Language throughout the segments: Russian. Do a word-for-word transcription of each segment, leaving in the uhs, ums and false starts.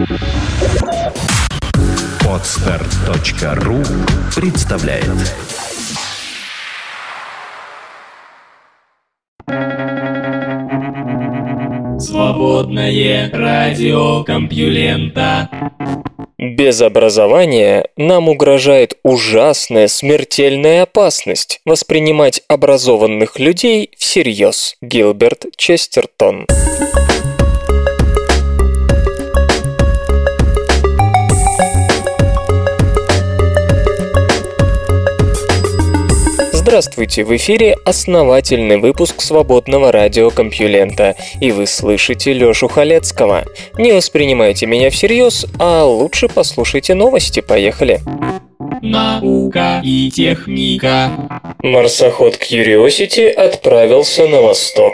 Подстар точка ру представляет. Свободное радио Компьюлента. Без образования нам угрожает ужасная смертельная опасность воспринимать образованных людей всерьез. Гилберт Честертон. Здравствуйте, в эфире основательный выпуск свободного радио Компьюлента, и вы слышите Лёшу Халецкого. Не воспринимайте меня всерьез, а лучше послушайте новости, поехали. Наука и техника. Марсоход Curiosity отправился на восток.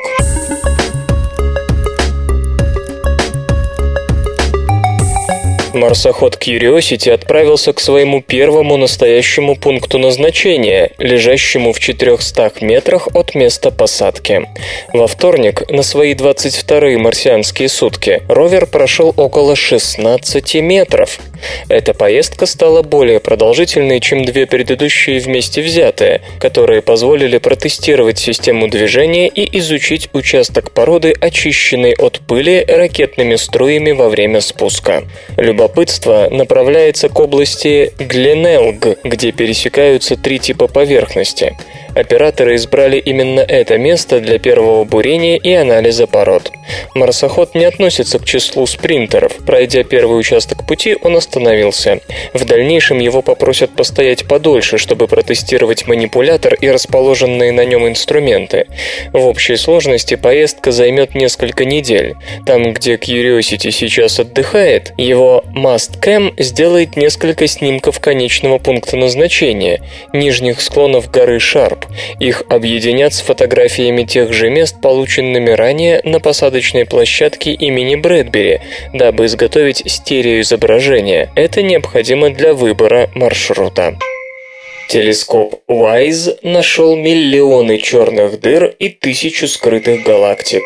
Марсоход Curiosity отправился к своему первому настоящему пункту назначения, лежащему в четырехстах метрах от места посадки. Во вторник, на свои двадцать вторые марсианские сутки, ровер прошел около шестнадцати метров. Эта поездка стала более продолжительной, чем две предыдущие вместе взятые, которые позволили протестировать систему движения и изучить участок породы, очищенный от пыли ракетными струями во время спуска. Любопытство направляется к области Гленелг, где пересекаются три типа поверхности. Операторы избрали именно это место для первого бурения и анализа пород. Марсоход не относится к числу спринтеров. Пройдя первый участок пути, он остановился. В дальнейшем его попросят постоять подольше, чтобы протестировать манипулятор и расположенные на нем инструменты. В общей сложности поездка займет несколько недель. Там, где Curiosity сейчас отдыхает, его Mastcam сделает несколько снимков конечного пункта назначения – нижних склонов горы Шарп. Их объединят с фотографиями тех же мест, полученными ранее на посадочной площадке имени Брэдбери, дабы изготовить стереоизображение. Это необходимо для выбора маршрута. Телескоп уайз нашел миллионы черных дыр и тысячу скрытых галактик.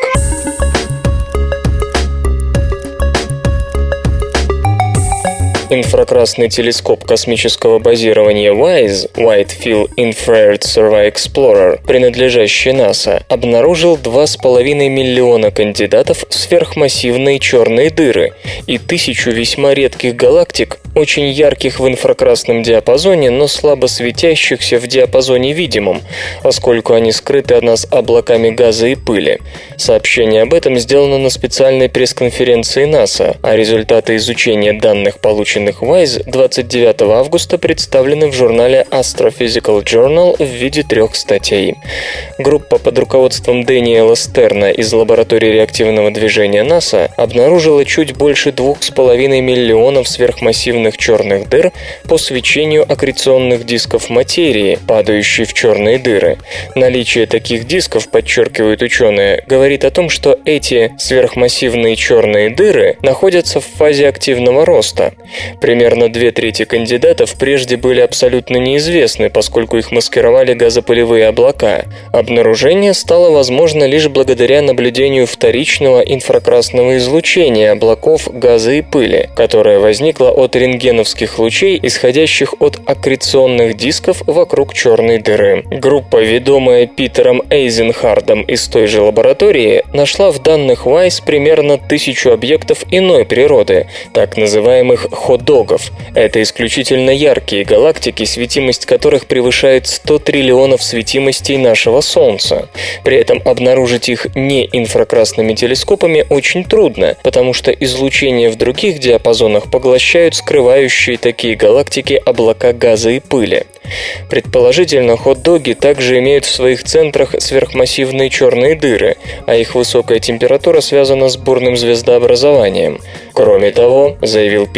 Инфракрасный телескоп космического базирования уайз Wide Field Infrared Survey Explorer, принадлежащий НАСА, обнаружил два с половиной миллиона кандидатов в сверхмассивные черные дыры и тысячу весьма редких галактик, очень ярких в инфракрасном диапазоне, но слабо светящихся в диапазоне видимом, поскольку они скрыты от нас облаками газа и пыли. Сообщение об этом сделано на специальной пресс-конференции НАСА, а результаты изучения данных, полученных уайз, двадцать девятого августа представлены в журнале Astrophysical Journal в виде трех статей. Группа под руководством Дэниела Стерна из лаборатории реактивного движения НАСА обнаружила чуть больше двух с половиной миллионов сверхмассивных черных дыр по свечению аккреционных дисков материи, падающей в черные дыры. Наличие таких дисков, подчеркивают ученые, говорит о том, что эти сверхмассивные черные дыры находятся в фазе активного роста. Примерно две трети кандидатов прежде были абсолютно неизвестны, поскольку их маскировали газопылевые облака. Обнаружение стало возможно лишь благодаря наблюдению вторичного инфракрасного излучения облаков газа и пыли, которое возникло от рентгеновских лучей, исходящих от аккреционных дисков вокруг черной дыры. Группа, ведомая Питером Эйзенхардом из той же лаборатории, нашла в данных уайз примерно тысячу объектов иной природы, так называемых хот-догов. Это исключительно яркие галактики, светимость которых превышает сто триллионов светимостей нашего Солнца. При этом обнаружить их не инфракрасными телескопами очень трудно, потому что излучение в других диапазонах поглощают скрывающие такие галактики облака газа и пыли. Предположительно, хот-доги также имеют в своих центрах сверхмассивные черные дыры, а их высокая температура связана с бурным звездообразованием. Кроме того, заявил Питер Эйзенхард,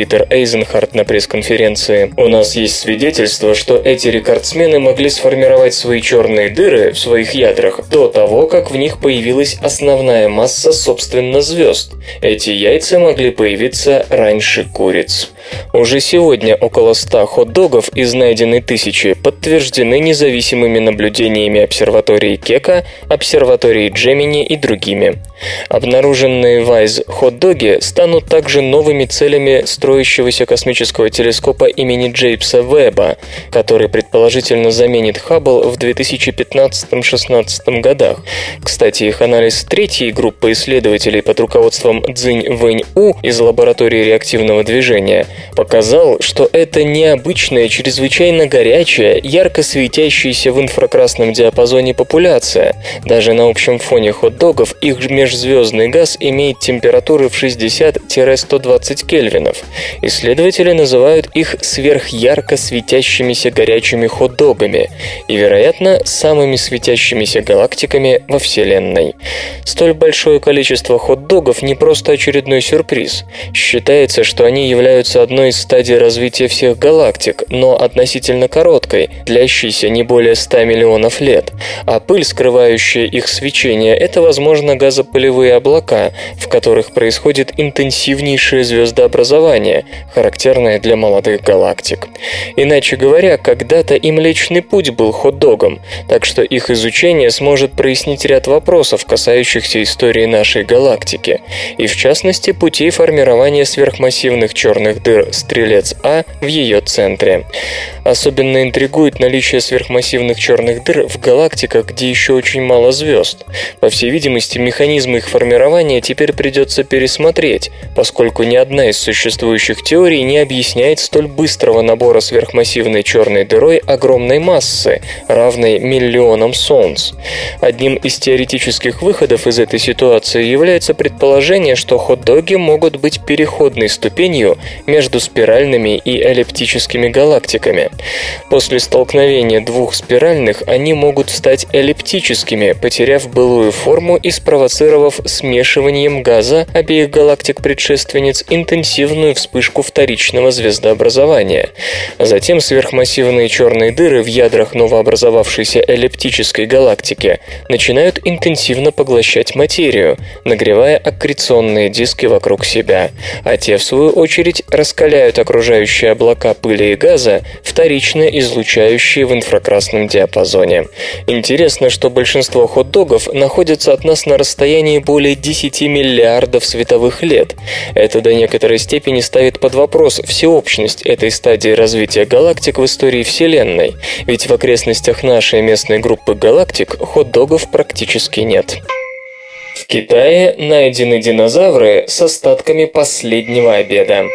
Эйзенхарт на пресс-конференции. «У нас есть свидетельство, что эти рекордсмены могли сформировать свои черные дыры в своих ядрах до того, как в них появилась основная масса, собственно, звезд. Эти яйца могли появиться раньше куриц». Уже сегодня около ста хот-догов из найденной тысячи подтверждены независимыми наблюдениями обсерватории Кека, обсерватории Джемини и другими. Обнаруженные вайз хот-доги станут также новыми целями строящегося космического телескопа имени Джеймса Веба, который предположительно заменит Хаббл в две тысячи пятнадцатом-шестнадцатом годах. Кстати, их анализ третьей группы исследователей под руководством Цзинь Вэнь-У из лаборатории реактивного движения показал, что это необычная, чрезвычайно горячая, ярко светящаяся в инфракрасном диапазоне популяция. Даже на общем фоне хот-догов их межзвездный газ имеет температуры в шестьдесят - сто двадцать кельвинов. Исследователи называют их сверхярко светящимися горячими хот-догами и, вероятно, самыми светящимися галактиками во Вселенной. Столь большое количество хот-догов не просто очередной сюрприз. Считается, что они являются одной из стадий развития всех галактик, но относительно короткой, длящейся не более ста миллионов лет. А пыль, скрывающая их свечение, это, возможно, газопылевые облака, в которых происходит интенсивнейшее звездообразование, характерное для молодых галактик. Иначе говоря, когда-то и Млечный Путь был хот-догом, так что их изучение сможет прояснить ряд вопросов, касающихся истории нашей галактики, и в частности путей формирования сверхмассивных черных дыр Стрелец-А в ее центре. Особенно интригует наличие сверхмассивных черных дыр в галактиках, где еще очень мало звезд. По всей видимости, механизмы их формирования теперь придется пересмотреть, поскольку ни одна из существующих теорий не объясняет столь быстрого набора сверхмассивной черной дырой огромной массы, равной миллионам Солнц. Одним из теоретических выходов из этой ситуации является предположение, что хот-доги могут быть переходной ступенью между спиральными и эллиптическими галактиками. После столкновения двух спиральных они могут стать эллиптическими, потеряв былую форму и спровоцировав смешиванием газа обеих галактик-предшественниц интенсивную вспышку вторичного звездообразования. Затем сверхмассивные черные дыры в ядрах новообразовавшейся эллиптической галактики начинают интенсивно поглощать материю, нагревая аккреционные диски вокруг себя, а те, в свою очередь, раскаляют окружающие облака пыли и газа, вторично излучающие в инфракрасном диапазоне. Интересно, что большинство хот-догов находятся от нас на расстоянии более десяти миллиардов световых лет. Это до некоторой степени ставит под вопрос всеобщность этой стадии развития галактик в истории Вселенной, ведь в окрестностях нашей местной группы галактик хот-догов практически нет. В Китае найдены динозавры с остатками последнего обеда.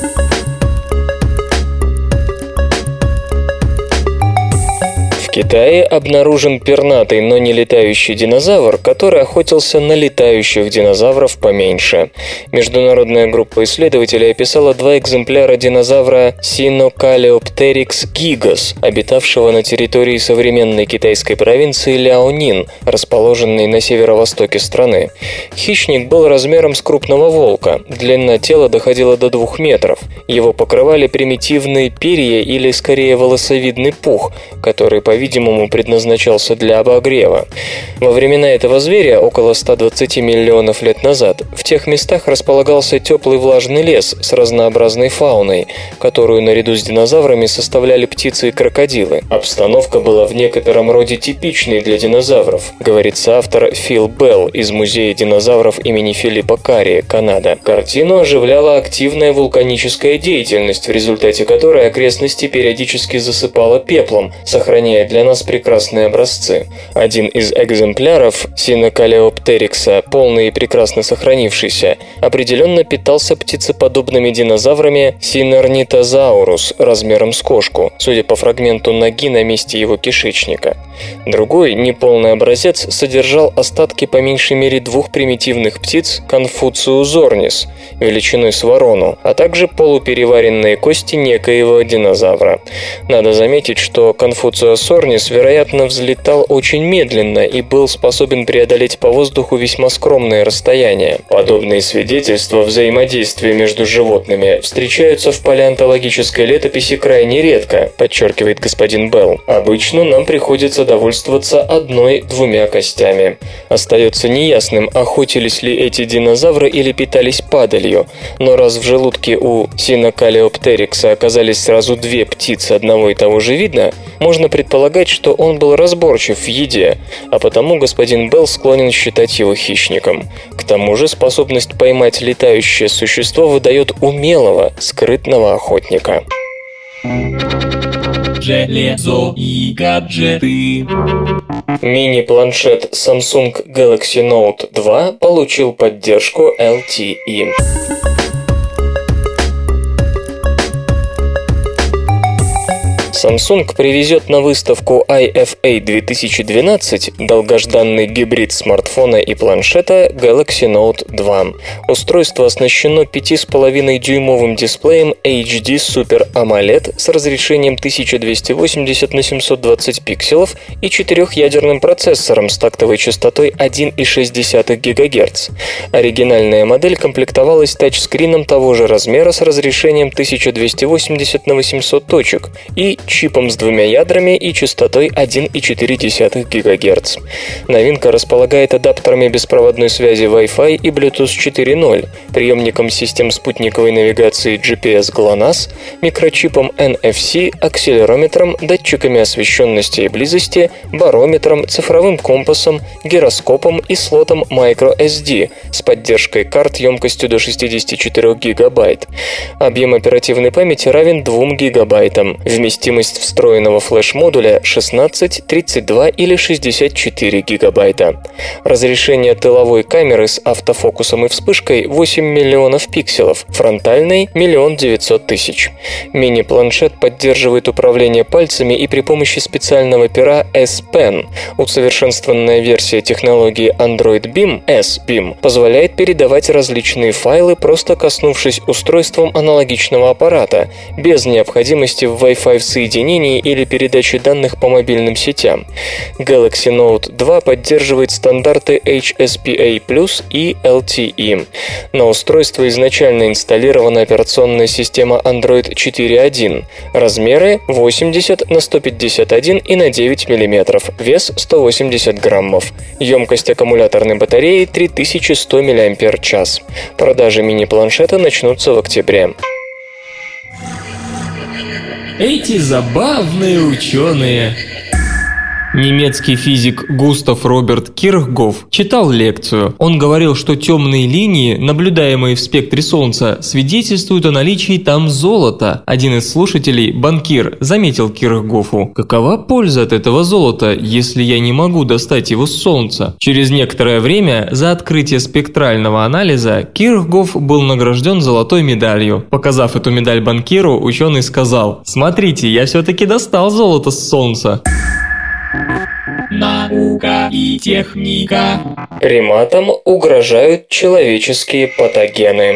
В Китае обнаружен пернатый, но не летающий динозавр, который охотился на летающих динозавров поменьше. Международная группа исследователей описала два экземпляра динозавра Sinocaleopteryx gigas, обитавшего на территории современной китайской провинции Ляонин, расположенной на северо-востоке страны. Хищник был размером с крупного волка, длина тела доходила до двух метров. Его покрывали примитивные перья или, скорее, волосовидный пух, который, по по-видимому, предназначался для обогрева. Во времена этого зверя, около ста двадцати миллионов лет назад, в тех местах располагался теплый влажный лес с разнообразной фауной, которую наряду с динозаврами составляли птицы и крокодилы. Обстановка была в некотором роде типичной для динозавров, говорит соавтор Фил Белл из Музея динозавров имени Филиппа Карри, Канада. Картину оживляла активная вулканическая деятельность, в результате которой окрестности периодически засыпало пеплом, сохраняя для нас прекрасные образцы. Один из экземпляров Sinocaleopteryx, полный и прекрасно сохранившийся, определенно питался птицеподобными динозаврами Sinornithosaurus размером с кошку, судя по фрагменту ноги на месте его кишечника. Другой, неполный образец, содержал остатки по меньшей мере двух примитивных птиц Confucius ornis, величиной с ворону, а также полупереваренные кости некоего динозавра. Надо заметить, что Confucius ornis Хорнис, вероятно, взлетал очень медленно и был способен преодолеть по воздуху весьма скромные расстояния. Подобные свидетельства взаимодействия между животными встречаются в палеонтологической летописи крайне редко, подчеркивает господин Белл. Обычно нам приходится довольствоваться одной-двумя костями. Остается неясным, охотились ли эти динозавры или питались падалью, но раз в желудке у Синокалеоптерикса оказались сразу две птицы одного и того же вида, можно предполагать, что он был разборчив в еде, а потому господин Белл склонен считать его хищником. К тому же способность поймать летающее существо выдает умелого, скрытного охотника. Железо и гаджеты. Мини-планшет Samsung Galaxy Note два получил поддержку эл ти и. Samsung привезет на выставку ай эф эй две тысячи двенадцать долгожданный гибрид смартфона и планшета Galaxy Note два. Устройство оснащено пять с половиной дюймовым дисплеем эйч ди Super AMOLED с разрешением тысяча двести восемьдесят на семьсот двадцать пикселов и четырехъядерным процессором с тактовой частотой один и шесть десятых гигагерц. Оригинальная модель комплектовалась тачскрином того же размера с разрешением тысяча двести восемьдесят на восемьсот точек и чипом с двумя ядрами и частотой один и четыре десятых гигагерц. Новинка располагает адаптерами беспроводной связи Wi-Fi и Bluetooth четыре ноль, приемником систем спутниковой навигации джи пи эс GLONASS, микрочипом эн эф си, акселерометром, датчиками освещенности и близости, барометром, цифровым компасом, гироскопом и слотом microSD с поддержкой карт емкостью до шестьдесят четыре гигабайт. Объем оперативной памяти равен двум гигабайтам. Вместимость встроенного флеш-модуля шестнадцать, тридцать два или шестьдесят четыре гигабайта. Разрешение тыловой камеры с автофокусом и вспышкой восемь миллионов пикселов, фронтальной – один девятьсот тысяч. Мини-планшет поддерживает управление пальцами и при помощи специального пера S Pen. Усовершенствованная версия технологии Android Beam, S-Beam, позволяет передавать различные файлы, просто коснувшись устройством аналогичного аппарата, без необходимости в Wi-Fi в соединении или передаче данных по мобильным сетям. Galaxy Note два поддерживает стандарты эйч эс пи эй плюс и эл ти и. На устройство изначально инсталлирована операционная система Android четыре точка один. Размеры восемьдесят на сто пятьдесят один и на девять миллиметров, вес сто восемьдесят граммов. Емкость аккумуляторной батареи три тысячи сто миллиампер-час. Продажи мини-планшета начнутся в октябре. Эти забавные ученые. Немецкий физик Густав Роберт Кирхгоф читал лекцию. Он говорил, что темные линии, наблюдаемые в спектре Солнца, свидетельствуют о наличии там золота. Один из слушателей, банкир, заметил Кирхгофу: «Какова польза от этого золота, если я не могу достать его с Солнца?» Через некоторое время за открытие спектрального анализа Кирхгоф был награжден золотой медалью. Показав эту медаль банкиру, ученый сказал: «Смотрите, я все-таки достал золото с Солнца». Наука и техника. Приматам угрожают человеческие патогены.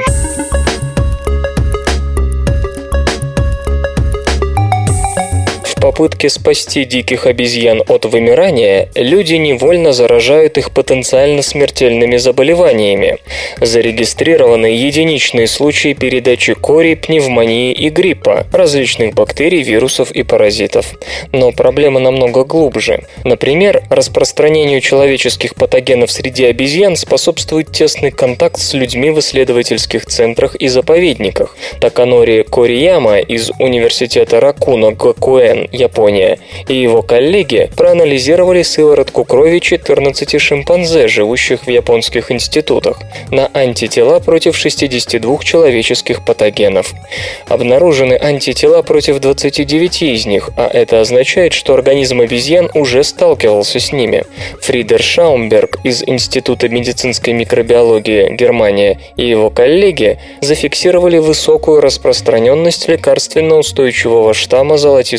В попытке спасти диких обезьян от вымирания, люди невольно заражают их потенциально смертельными заболеваниями. Зарегистрированы единичные случаи передачи кори, пневмонии и гриппа, различных бактерий, вирусов и паразитов. Но проблема намного глубже. Например, распространению человеческих патогенов среди обезьян способствует тесный контакт с людьми в исследовательских центрах и заповедниках. Таканори Корияма из университета Ракуна Гакуэн, Япония, и его коллеги проанализировали сыворотку крови четырнадцати шимпанзе, живущих в японских институтах, на антитела против шестидесяти двух человеческих патогенов. Обнаружены антитела против двадцати девяти из них, а это означает, что организм обезьян уже сталкивался с ними. Фридер Шаумберг из Института медицинской микробиологии, Германия, и его коллеги зафиксировали высокую распространенность лекарственно устойчивого штамма золотистого стафилококка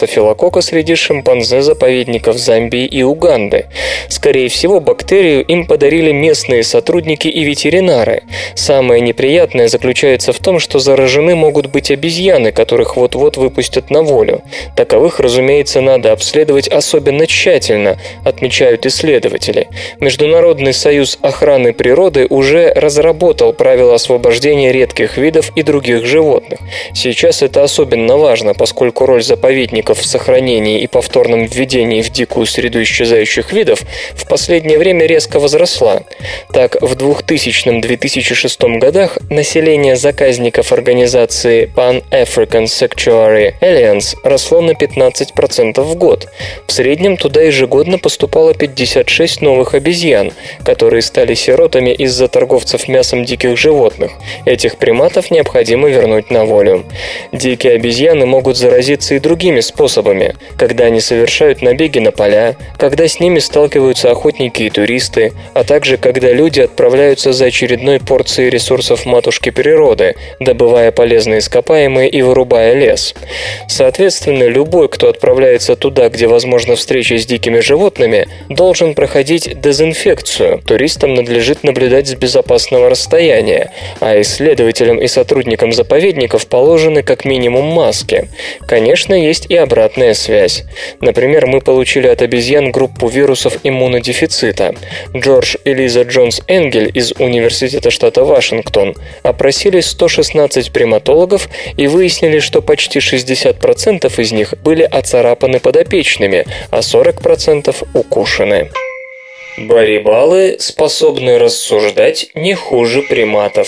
стафилококка среди шимпанзе заповедников Замбии и Уганды. Скорее всего, бактерию им подарили местные сотрудники и ветеринары. Самое неприятное заключается в том, что заражены могут быть обезьяны, которых вот-вот выпустят на волю. Таковых, разумеется, надо обследовать особенно тщательно, отмечают исследователи. Международный союз охраны природы уже разработал правила освобождения редких видов и других животных. Сейчас это особенно важно, поскольку роль заповедников в сохранении и повторном введении в дикую среду исчезающих видов в последнее время резко возросла. Так, в двухтысячном — две тысячи шестом годах население заказников организации Pan-African Sanctuary Alliance росло на пятнадцать процентов в год. В среднем туда ежегодно поступало пятьдесят шесть новых обезьян, которые стали сиротами из-за торговцев мясом диких животных. Этих приматов необходимо вернуть на волю. Дикие обезьяны могут заразиться и другими способами, когда они совершают набеги на поля, когда с ними сталкиваются охотники и туристы, а также когда люди отправляются за очередной порцией ресурсов матушки природы, добывая полезные ископаемые и вырубая лес. Соответственно, любой, кто отправляется туда, где возможна встреча с дикими животными, должен проходить дезинфекцию. Туристам надлежит наблюдать с безопасного расстояния, а исследователям и сотрудникам заповедников положены как минимум маски. Конечно, есть и обратная связь. Например, мы получили от обезьян группу вирусов иммунодефицита. Джордж и Лиза Джонс Энгель из Университета штата Вашингтон опросили сто шестнадцать приматологов и выяснили, что почти шестьдесят процентов из них были оцарапаны подопечными, а сорок процентов укушены. Барибалы способны рассуждать не хуже приматов.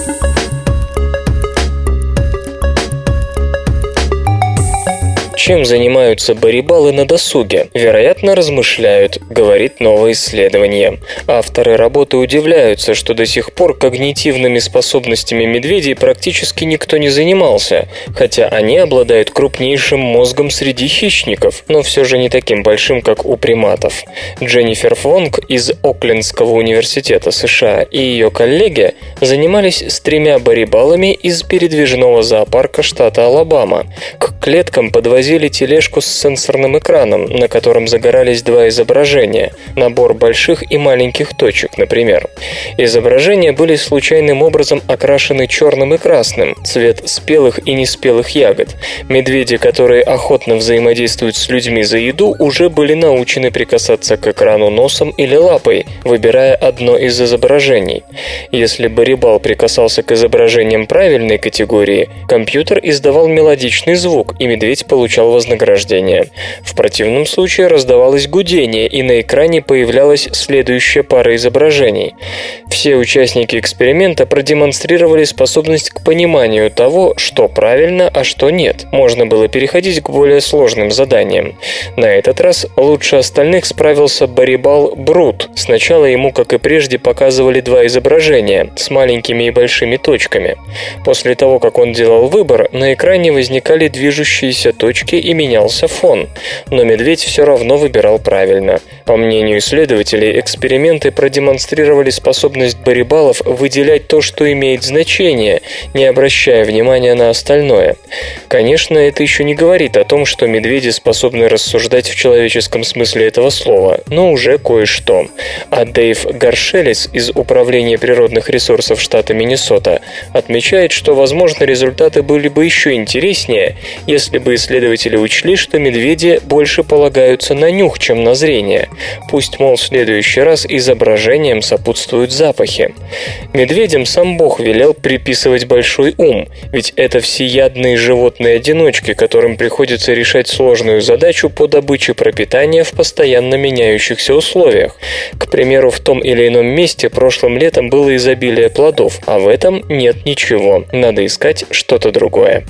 Чем занимаются барибалы на досуге? Вероятно, размышляют, говорит новое исследование. Авторы работы удивляются, что до сих пор когнитивными способностями медведей практически никто не занимался, хотя они обладают крупнейшим мозгом среди хищников, но все же не таким большим, как у приматов. Дженнифер Фонг из Оклендского университета США и ее коллеги занимались с тремя барибалами из передвижного зоопарка штата Алабама. К клеткам подвозили тележку с сенсорным экраном, на котором загорались два изображения, набор больших и маленьких точек, например. Изображения были случайным образом окрашены черным и красным, цвет спелых и неспелых ягод. Медведи, которые охотно взаимодействуют с людьми за еду, уже были научены прикасаться к экрану носом или лапой, выбирая одно из изображений. Если барибал прикасался к изображениям правильной категории, компьютер издавал мелодичный звук, и медведь получал вознаграждение. В противном случае раздавалось гудение, и на экране появлялась следующая пара изображений. Все участники эксперимента продемонстрировали способность к пониманию того, что правильно, а что нет. Можно было переходить к более сложным заданиям. На этот раз лучше остальных справился барибал Брут. Сначала ему, как и прежде, показывали два изображения с маленькими и большими точками. После того, как он делал выбор, на экране возникали движущиеся точки и менялся фон. Но медведь все равно выбирал правильно. По мнению исследователей, эксперименты продемонстрировали способность барибалов выделять то, что имеет значение, не обращая внимания на остальное. Конечно, это еще не говорит о том, что медведи способны рассуждать в человеческом смысле этого слова, но уже кое-что. А Дэйв Гаршелис из Управления природных ресурсов штата Миннесота отмечает, что, возможно, результаты были бы еще интереснее, если бы исследователи учли, что медведи больше полагаются на нюх, чем на зрение. Пусть, мол, в следующий раз изображениям сопутствуют запахи. Медведям сам Бог велел приписывать большой ум, ведь это всеядные животные-одиночки, которым приходится решать сложную задачу по добыче пропитания в постоянно меняющихся условиях. К примеру, в том или ином месте прошлым летом было изобилие плодов, а в этом нет ничего. Надо искать что-то другое.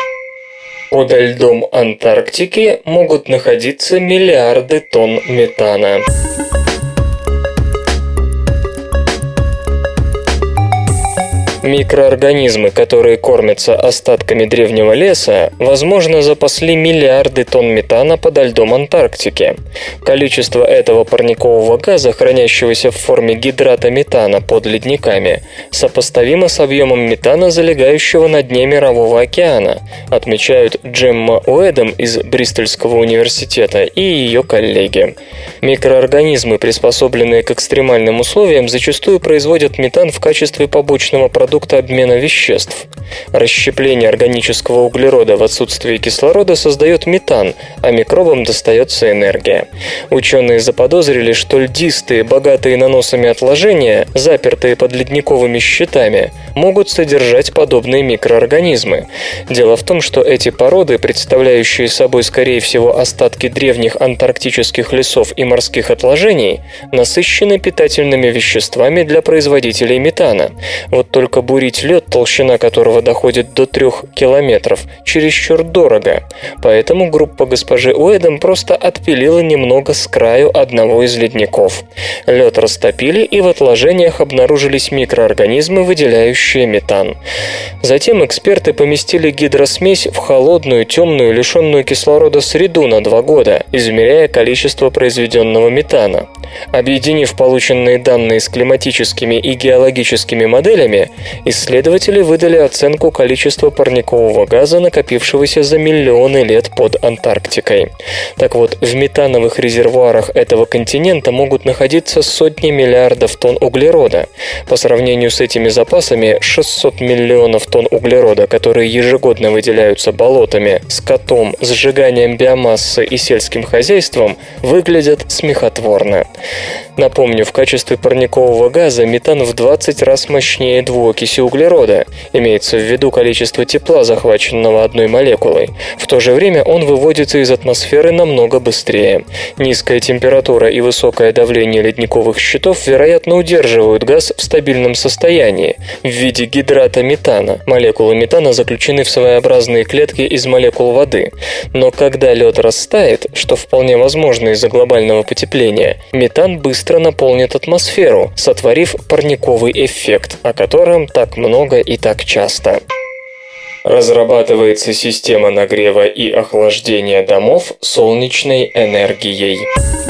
Подо льдом Антарктики могут находиться миллиарды тонн метана. Микроорганизмы, которые кормятся остатками древнего леса, возможно, запасли миллиарды тонн метана подо льдом Антарктики. Количество этого парникового газа, хранящегося в форме гидрата метана под ледниками, сопоставимо с объемом метана, залегающего на дне Мирового океана, отмечают Джемма Уэдам из Бристольского университета и ее коллеги. Микроорганизмы, приспособленные к экстремальным условиям, зачастую производят метан в качестве побочного продукта обмена веществ. Расщепление органического углерода в отсутствии кислорода создает метан, а микробам достается энергия. Ученые заподозрили, что льдистые, богатые наносами отложения, запертые под ледниковыми щитами, могут содержать подобные микроорганизмы. Дело в том, что эти породы, представляющие собой, скорее всего, остатки древних антарктических лесов и морских отложений, насыщены питательными веществами для производителей метана. Вот только бурить лед, толщина которого доходит до трех километров, чересчур дорого. Поэтому группа госпожи Уэдам просто отпилила немного с краю одного из ледников. Лед растопили, и в отложениях обнаружились микроорганизмы, выделяющие метан. Затем эксперты поместили гидросмесь в холодную, темную, лишенную кислорода среду на два года, измеряя количество произведенного метана. Объединив полученные данные с климатическими и геологическими моделями, исследователи выдали оценку количества парникового газа, накопившегося за миллионы лет под Антарктикой. Так вот, в метановых резервуарах этого континента могут находиться сотни миллиардов тонн углерода. По сравнению с этими запасами, шестьсот миллионов тонн углерода, которые ежегодно выделяются болотами, скотом, сжиганием биомассы и сельским хозяйством, выглядят смехотворно. Напомню, в качестве парникового газа метан в двадцать раз мощнее двуокиси углерода. Имеется в виду количество тепла, захваченного одной молекулой. В то же время он выводится из атмосферы намного быстрее. Низкая температура и высокое давление ледниковых щитов, вероятно, удерживают газ в стабильном состоянии в виде гидрата метана. Молекулы метана заключены в своеобразные клетки из молекул воды. Но когда лед растает, что вполне возможно из-за глобального потепления, метан быстро наполнит атмосферу, сотворив парниковый эффект, о котором так много и так часто. Разрабатывается система нагрева и охлаждения домов солнечной энергией.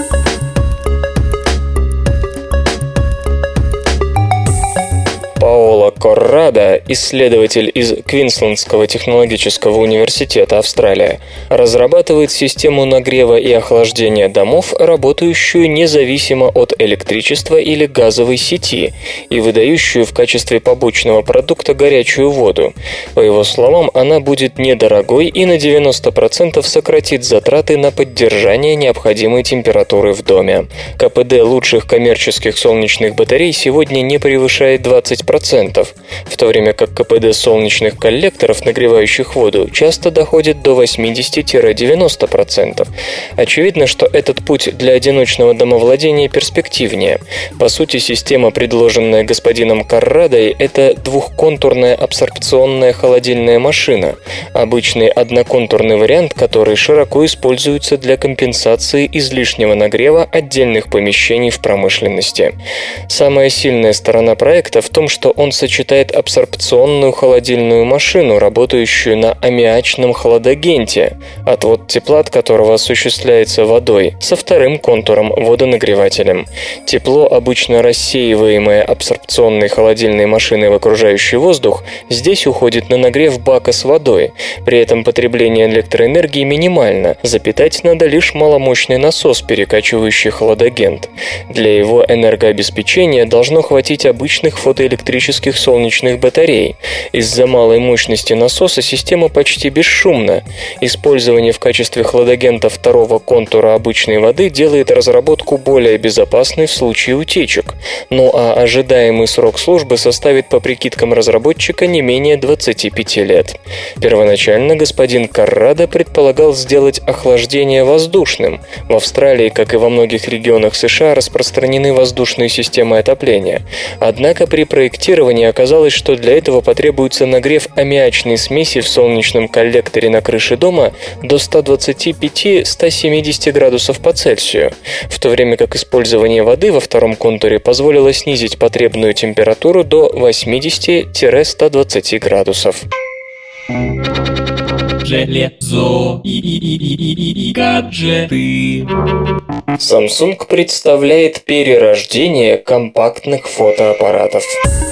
Паоло Коррадо, исследователь из Квинслендского технологического университета, Австралия, разрабатывает систему нагрева и охлаждения домов, работающую независимо от электричества или газовой сети и выдающую в качестве побочного продукта горячую воду. По его словам, она будет недорогой и на девяносто процентов сократит затраты на поддержание необходимой температуры в доме. КПД лучших коммерческих солнечных батарей сегодня не превышает двадцать процентов, в то время как КПД солнечных коллекторов, нагревающих воду, часто доходит до восемьдесят-девяносто процентов. Очевидно, что этот путь для одиночного домовладения перспективнее. По сути, система, предложенная господином Коррадой, это двухконтурная абсорбционная холодильная машина, обычный одноконтурный вариант, который широко используется для компенсации излишнего нагрева отдельных помещений в промышленности. Самая сильная сторона проекта в том, что что он сочетает абсорбционную холодильную машину, работающую на аммиачном хладагенте, отвод тепла от которого осуществляется водой, со вторым контуром водонагревателем. Тепло, обычно рассеиваемое абсорбционной холодильной машиной в окружающий воздух, здесь уходит на нагрев бака с водой. При этом потребление электроэнергии минимально, запитать надо лишь маломощный насос, перекачивающий хладагент. Для его энергообеспечения должно хватить обычных фотоэлектрических солнечных батарей. Из-за малой мощности насоса система почти бесшумна. Использование в качестве хладагента второго контура обычной воды делает разработку более безопасной в случае утечек. Ну а ожидаемый срок службы составит по прикидкам разработчика не менее двадцати пяти лет. Первоначально господин Коррадо предполагал сделать охлаждение воздушным. В Австралии, как и во многих регионах США, распространены воздушные системы отопления. Однако при проектировании оказалось, оказалось, что для этого потребуется нагрев аммиачной смеси в солнечном коллекторе на крыше дома до ста двадцати пяти — ста семидесяти градусов по Цельсию, в то время как использование воды во втором контуре позволило снизить потребную температуру до восьмидесяти — ста двадцати градусов. Железо и гаджеты. Samsung представляет перерождение компактных фотоаппаратов.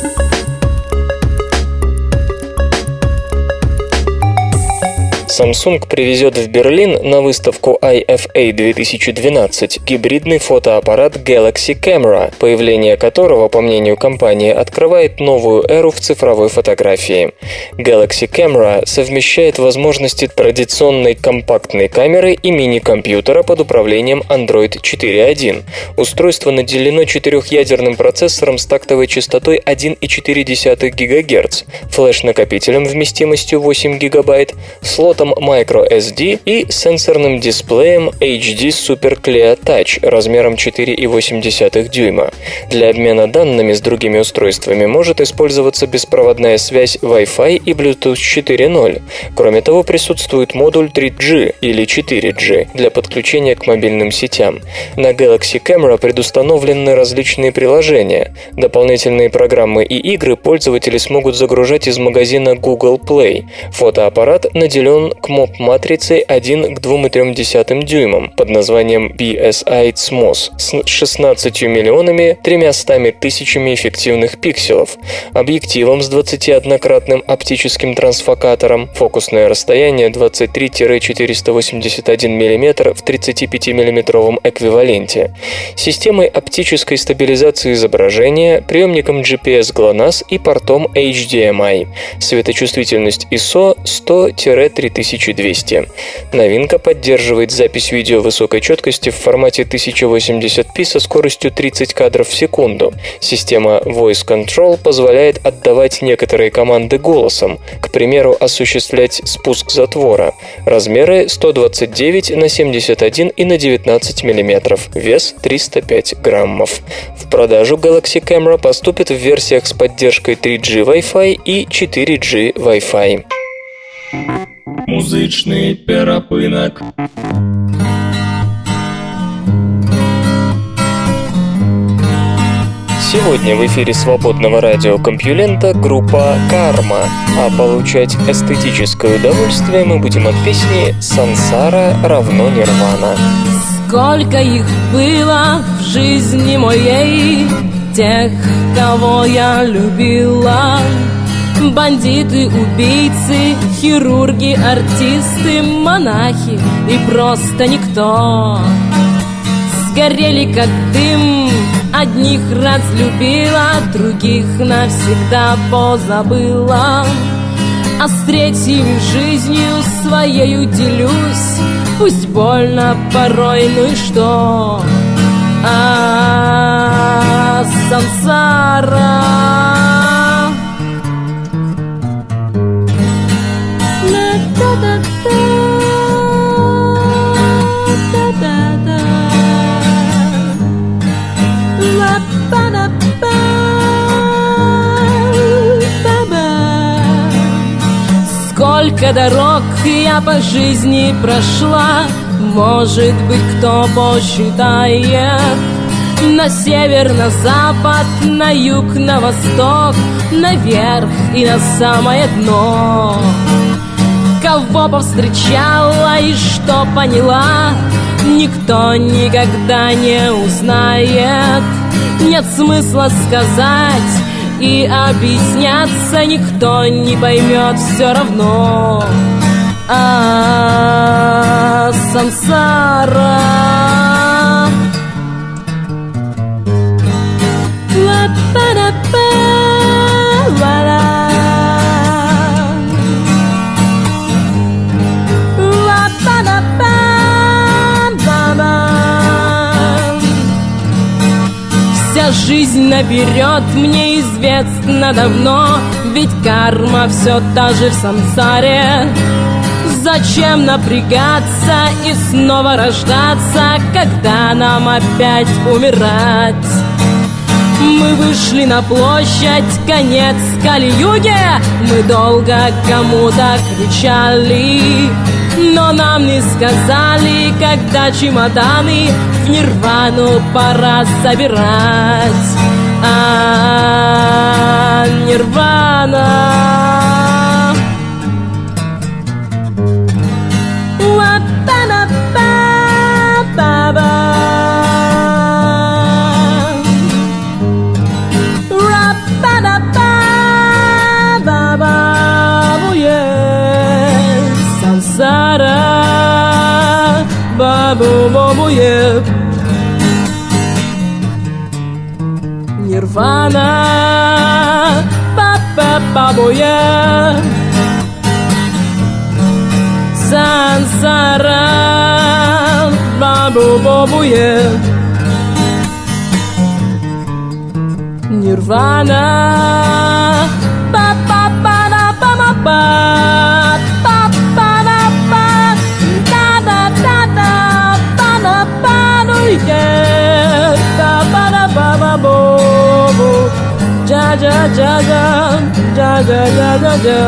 Samsung привезет в Берлин на выставку ай эф эй две тысячи двенадцать гибридный фотоаппарат Galaxy Camera, появление которого, по мнению компании, открывает новую эру в цифровой фотографии. Galaxy Camera совмещает возможности традиционной компактной камеры и мини-компьютера под управлением Android четыре точка один. Устройство наделено четырехъядерным процессором с тактовой частотой один и четыре десятых гигагерца, флеш-накопителем вместимостью восемь гигабайт, слотом microSD и сенсорным дисплеем эйч ди Super Clear Touch размером четыре и восемь десятых дюйма. Для обмена данными с другими устройствами может использоваться беспроводная связь Wi-Fi и Bluetooth четыре ноль. Кроме того, присутствует модуль три джи или четыре джи для подключения к мобильным сетям. На Galaxy Camera предустановлены различные приложения. Дополнительные программы и игры пользователи смогут загружать из магазина Google Play. Фотоаппарат наделен к моп-матрицей один к двум и трем десятым дюймам под названием би эс ай си эм о эс с шестнадцатью миллионами тремястами тысячами эффективных пикселов, объективом с двадцатиоднократным оптическим трансфокатором, фокусное расстояние двадцать три — четыреста восемьдесят один миллиметр в тридцатипятимиллиметровом эквиваленте, системой оптической стабилизации изображения, приемником джи пи эс GLONASS и портом эйч ди эм ай, светочувствительность ай эс о сто — три тысячи двести. Новинка поддерживает запись видео высокой четкости в формате тысяча восемьдесят пи со скоростью тридцать кадров в секунду. Система Voice Control позволяет отдавать некоторые команды голосом, к примеру, осуществлять спуск затвора. Размеры сто двадцать девять на семьдесят один и на девятнадцать миллиметров, вес триста пять граммов. В продажу Galaxy Camera поступит в версиях с поддержкой три джи Wi-Fi и четыре джи Wi-Fi. Музычный перапынок. Сегодня в эфире свободного радиокомпьюлента группа «Карма», а получать эстетическое удовольствие мы будем от песни «Сансара равно Нирвана». Сколько их было в жизни моей, тех, кого я любила. Бандиты, убийцы, хирурги, артисты, монахи и просто никто. Сгорели как дым, одних разлюбила, других навсегда позабыла. А с третьими жизнью своею делюсь, пусть больно порой, ну и что? А, сансара. Сколько дорог я по жизни прошла, может быть, кто посчитает. На север, на запад, на юг, на восток, наверх и на самое дно. Кого повстречала и что поняла, никто никогда не узнает. Нет смысла сказать и объясняться, никто не поймет все равно. А, сансара. Ла-па-да-па, ла-ла. Ла-па-да-па, ба-ба. Вся жизнь наперед мне известна давно, ведь карма все та же в сансаре. Зачем напрягаться и снова рождаться, когда нам опять умирать? Мы вышли на площадь, конец Кали-юге. Мы долго кому-то кричали, но нам не сказали, когда чемоданы в Нирвану пора собирать. А, Нирвана. Бабу-бабу-е, Нирвана, ба-ба-бабу-е, сансара, бабу-бабу-е, Нирвана, ба-ба-ба-ба-ба-ба. Ja ja ja ja ja ja ja ja ja.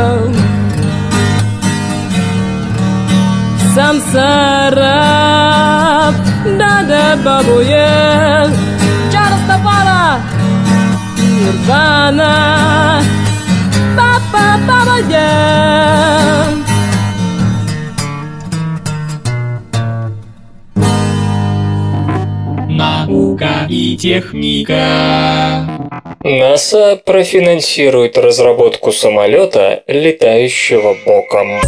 Samsara da da babuye, Jarastapara, Nirvana, ba ba ba ba yeah. Наука и техника. НАСА профинансирует разработку самолета, летающего боком.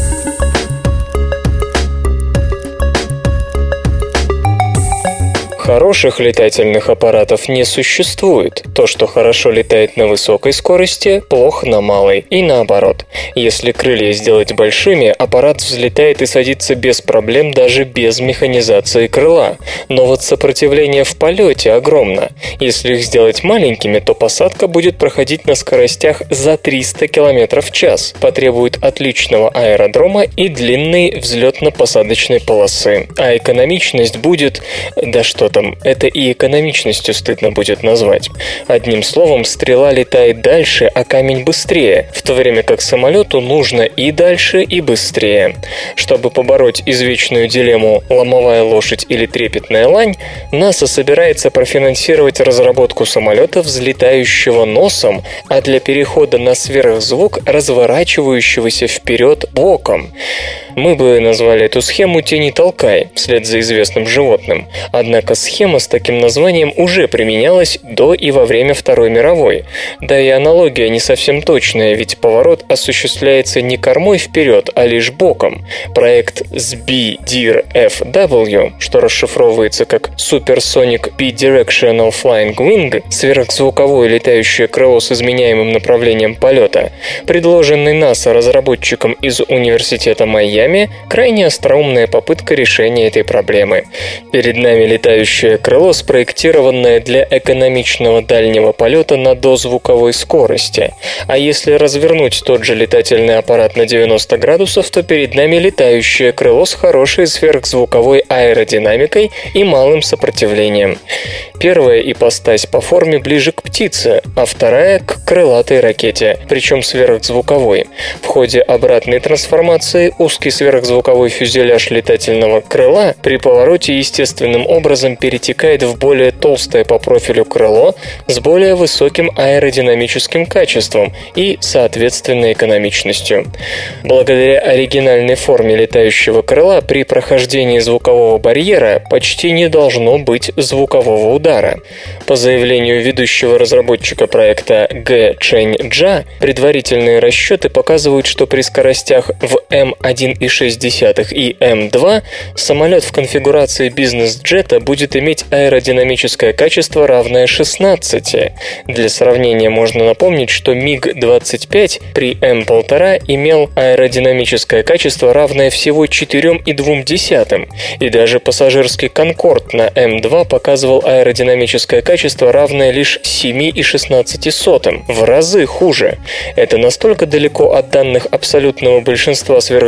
Хороших летательных аппаратов не существует. То, что хорошо летает на высокой скорости, плохо на малой. И наоборот. Если крылья сделать большими, аппарат взлетает и садится без проблем даже без механизации крыла. Но вот сопротивление в полете огромно. Если их сделать маленькими, то посадка будет проходить на скоростях за триста километров в час. Потребует отличного аэродрома и длинной взлетно-посадочной полосы. А экономичность будет... Да что там, это и экономичностью стыдно будет назвать. Одним словом, стрела летает дальше, а камень быстрее, в то время как самолету нужно и дальше, и быстрее. Чтобы побороть извечную дилемму «ломовая лошадь» или «трепетная лань», НАСА собирается профинансировать разработку самолета, взлетающего носом, а для перехода на сверхзвук, разворачивающегося вперед боком. Мы бы назвали эту схему «тяни толкай», вслед за известным животным. Однако схема с таким названием уже применялась до и во время Второй мировой. Да и аналогия не совсем точная, ведь поворот осуществляется не кормой вперед, а лишь боком. Проект эс би ди ар эф дабл ю, что расшифровывается как Supersonic Bidirectional Flying Wing, сверхзвуковое летающее крыло с изменяемым направлением полета, предложенный НАСА разработчикам из Университета Майами, крайне остроумная попытка решения этой проблемы. Перед нами летающее крыло, спроектированное для экономичного дальнего полета на дозвуковой скорости. А если развернуть тот же летательный аппарат на девяносто градусов, то перед нами летающее крыло с хорошей сверхзвуковой аэродинамикой и малым сопротивлением. Первая ипостась по форме ближе к птице, а вторая к крылатой ракете, причем сверхзвуковой. В ходе обратной трансформации узкий сверхзвуковой фюзеляж летательного крыла при повороте естественным образом перетекает в более толстое по профилю крыло с более высоким аэродинамическим качеством и, соответственно, экономичностью. Благодаря оригинальной форме летающего крыла при прохождении звукового барьера почти не должно быть звукового удара. По заявлению ведущего разработчика проекта Гэ Чэнь Джа, предварительные расчеты показывают, что при скоростях в эм один и шесть десятых и эм два самолет в конфигурации бизнес-джета будет иметь аэродинамическое качество, равное шестнадцати. Для сравнения можно напомнить, что миг двадцать пять при эм полтора имел аэродинамическое качество, равное всего четырем и двум десятым, и даже пассажирский Конкорд на эм два показывал аэродинамическое качество, равное лишь семи и шестнадцати сотым, в разы хуже. Это настолько далеко от данных абсолютного большинства сверхзвуковых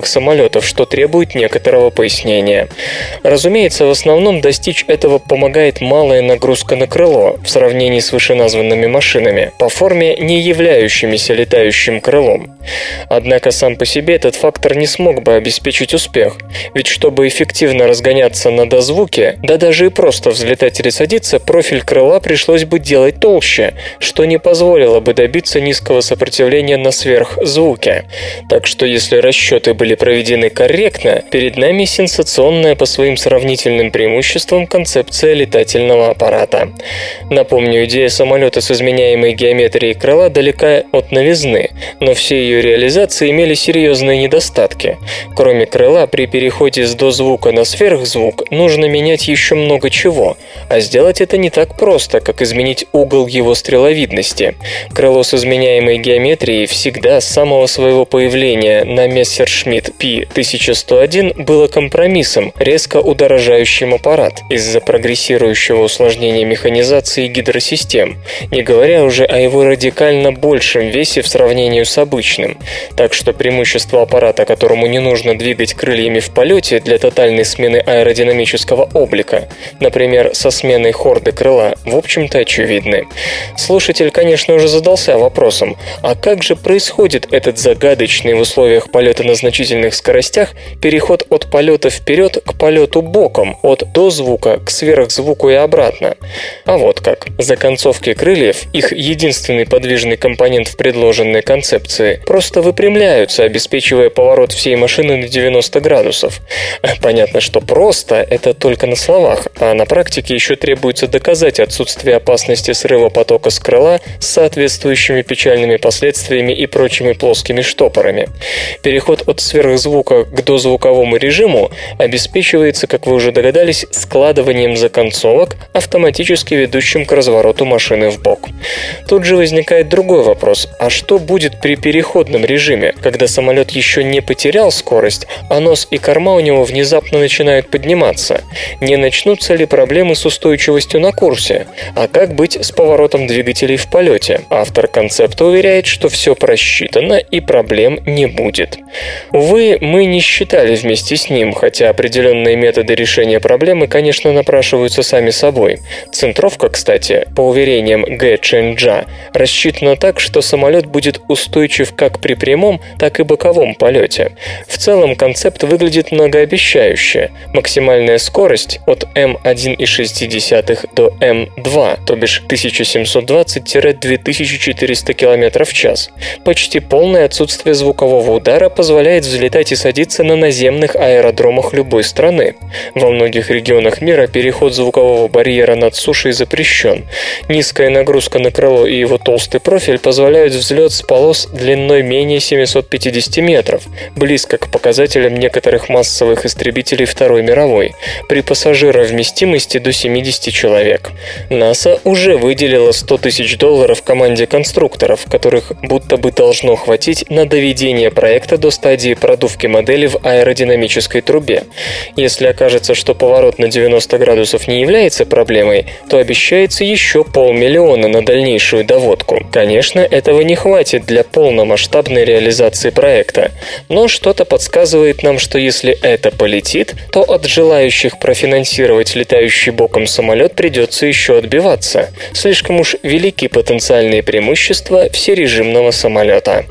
тяжелых самолетов, что требует некоторого пояснения. Разумеется, в основном достичь этого помогает малая нагрузка на крыло в сравнении с вышеназванными машинами, по форме не являющимися летающим крылом. Однако сам по себе этот фактор не смог бы обеспечить успех, ведь чтобы эффективно разгоняться на дозвуке, да даже и просто взлетать или садиться, профиль крыла пришлось бы делать толще, что не позволило бы добиться низкого сопротивления на сверхзвуке. Так что если расчеты были проведены корректно, перед нами сенсационная по своим сравнительным преимуществам концепция летательного аппарата. Напомню, идея самолета с изменяемой геометрией крыла далека от новизны, но все ее реализации имели серьезные недостатки. Кроме крыла, при переходе с дозвука на сверхзвук нужно менять еще много чего, а сделать это не так просто, как изменить угол его стреловидности. Крыло с изменяемой геометрией всегда с самого своего появления на Мессершмитт Пи тысяча сто один было компромиссом, резко удорожающим аппарат из-за прогрессирующего усложнения механизации гидросистем, не говоря уже о его радикально большем весе в сравнении с обычным. Так что преимущество аппарата, которому не нужно двигать крыльями в полете для тотальной смены аэродинамического облика, например, со сменой хорды крыла, в общем-то очевидны. Слушатель, конечно, уже задался вопросом, а как же происходит этот загадочный в условиях полета на значительных скоростях переход от полета вперед к полету боком, от дозвука к сверхзвуку и обратно? А вот как. Законцовки крыльев, их единственный подвижный компонент в предложенной концепции, просто выпрямляются, обеспечивая поворот всей машины на девяносто градусов. Понятно, что просто это только на словах, а на практике еще требуется доказать отсутствие опасности срыва потока с крыла с соответствующими печальными последствиями и прочими плоскими штопорами. Переход от сверхзвука к дозвуковому режиму обеспечивается, как вы уже догадались, складыванием законцовок, автоматически ведущим к развороту машины в бок. Тут же возникает другой вопрос: а что будет при переходном режиме, когда самолет еще не потерял скорость, а нос и корма у него внезапно начинают подниматься? Не начнутся ли проблемы с устойчивостью на курсе? А как быть с поворотом двигателей в полете? Автор концепта уверяет, что все просчитано и проблем не будет. Увы, мы не считали вместе с ним, хотя определенные методы решения проблемы, конечно, напрашиваются сами собой. Центровка, кстати, по уверениям Гэ Чэнджа, рассчитана так, что самолет будет устойчив как при прямом, так и боковом полете. В целом концепт выглядит многообещающе. Максимальная скорость от эм один и шесть десятых до эм два, то бишь тысяча семьсот двадцать - две тысячи четыреста км в час. Почти полное отсутствие звукового удара позволяет взлетать и садиться на наземных аэродромах любой страны. Во многих регионах мира переход звукового барьера над сушей запрещен. Низкая нагрузка на крыло и его толстый профиль позволяют взлет с полос длиной менее семьсот пятьдесят метров, близко к показателям некоторых массовых истребителей Второй мировой, при пассажировместимости до семьдесят человек. НАСА уже выделила сто тысяч долларов команде конструкторов, которых будто бы должно хватить на доведение проекта до стадии продувки модели в аэродинамической трубе. Если окажется, что поворот на девяносто градусов не является проблемой, то обещается еще полмиллиона на дальнейшую доводку. Конечно, этого не хватит для полномасштабной реализации проекта, но что-то подсказывает нам, что если это полетит, то от желающих профинансировать летающий боком самолет придется еще отбиваться. Слишком уж велики потенциальные преимущества всережимного самолета.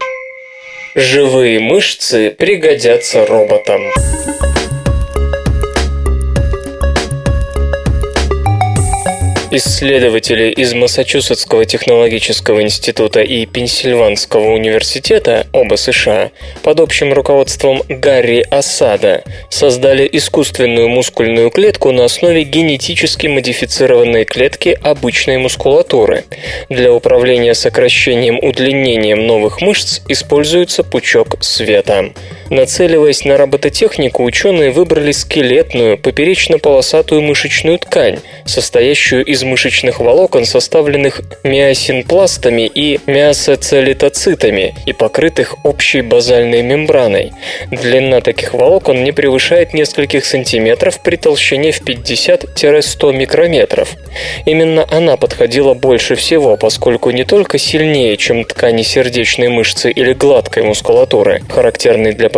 Живые мышцы пригодятся роботам. Исследователи из Массачусетского технологического института и Пенсильванского университета, оба США, под общим руководством Гарри Асада, создали искусственную мускульную клетку на основе генетически модифицированной клетки обычной мускулатуры. Для управления сокращением-удлинением новых мышц используется пучок света. Нацеливаясь на робототехнику, ученые выбрали скелетную, поперечно-полосатую мышечную ткань, состоящую из мышечных волокон, составленных миосинпластами и миосоцилитоцитами и покрытых общей базальной мембраной. Длина таких волокон не превышает нескольких сантиметров при толщине в пятьдесят - сто микрометров. Именно она подходила больше всего, поскольку не только сильнее, чем ткани сердечной мышцы или гладкой мускулатуры, характерной для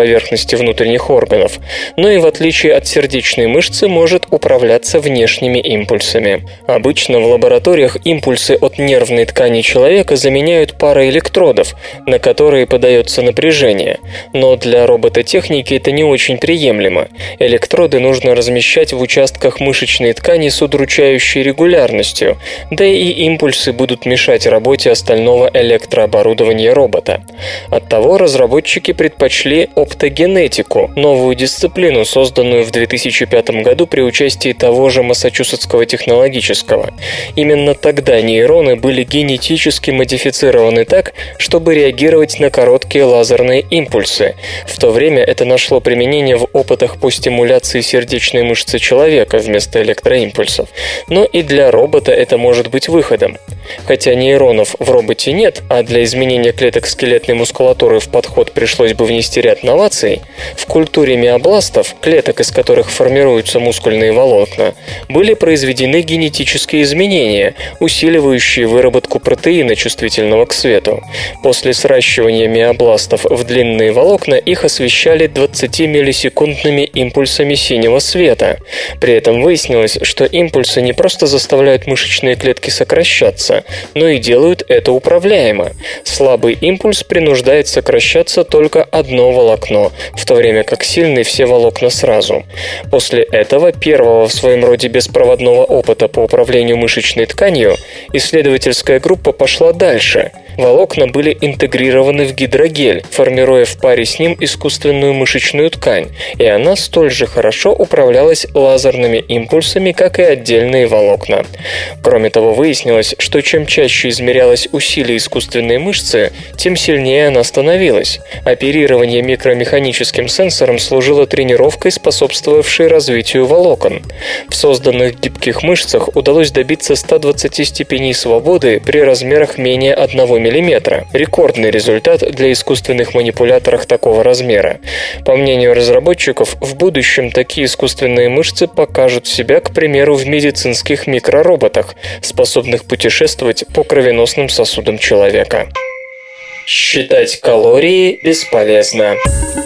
поверхности внутренних органов, но и в отличие от сердечной мышцы может управляться внешними импульсами. Обычно в лабораториях импульсы от нервной ткани человека заменяют парой электродов, на которые подается напряжение. Но для робототехники это не очень приемлемо. Электроды нужно размещать в участках мышечной ткани с удручающей регулярностью, да и импульсы будут мешать работе остального электрооборудования робота. Оттого разработчики предпочли оптогенетику, новую дисциплину, созданную в две тысячи пятом году при участии того же Массачусетского технологического. Именно тогда нейроны были генетически модифицированы так, чтобы реагировать на короткие лазерные импульсы. В то время это нашло применение в опытах по стимуляции сердечной мышцы человека вместо электроимпульсов. Но и для робота это может быть выходом. Хотя нейронов в роботе нет, а для изменения клеток скелетной мускулатуры в подход пришлось бы внести ряд новаций, в культуре миобластов, клеток, из которых формируются мускульные волокна, были произведены генетические изменения, усиливающие выработку протеина, чувствительного к свету. После сращивания миобластов в длинные волокна их освещали двадцатимиллисекундными импульсами синего света. При этом выяснилось, что импульсы не просто заставляют мышечные клетки сокращаться, но и делают это управляемо. Слабый импульс принуждает сокращаться только одно волокно, в то время как сильный все волокна сразу. После этого, первого в своем роде беспроводного опыта по управлению мышечной тканью, исследовательская группа пошла дальше. Волокна были интегрированы в гидрогель, формируя в паре с ним искусственную мышечную ткань, и она столь же хорошо управлялась лазерными импульсами, как и отдельные волокна. Кроме того, выяснилось, что чем чаще измерялось усилие искусственной мышцы, тем сильнее она становилась. Оперирование микромеханическим сенсором служило тренировкой, способствовавшей развитию волокон. В созданных гибких мышцах удалось добиться ста двадцати степеней свободы при размерах менее одного миллиметра. Рекордный результат для искусственных манипуляторов такого размера. По мнению разработчиков, в будущем такие искусственные мышцы покажут себя, к примеру, в медицинских микророботах, способных путешествовать по кровеносным сосудам человека. Считать калории бесполезно.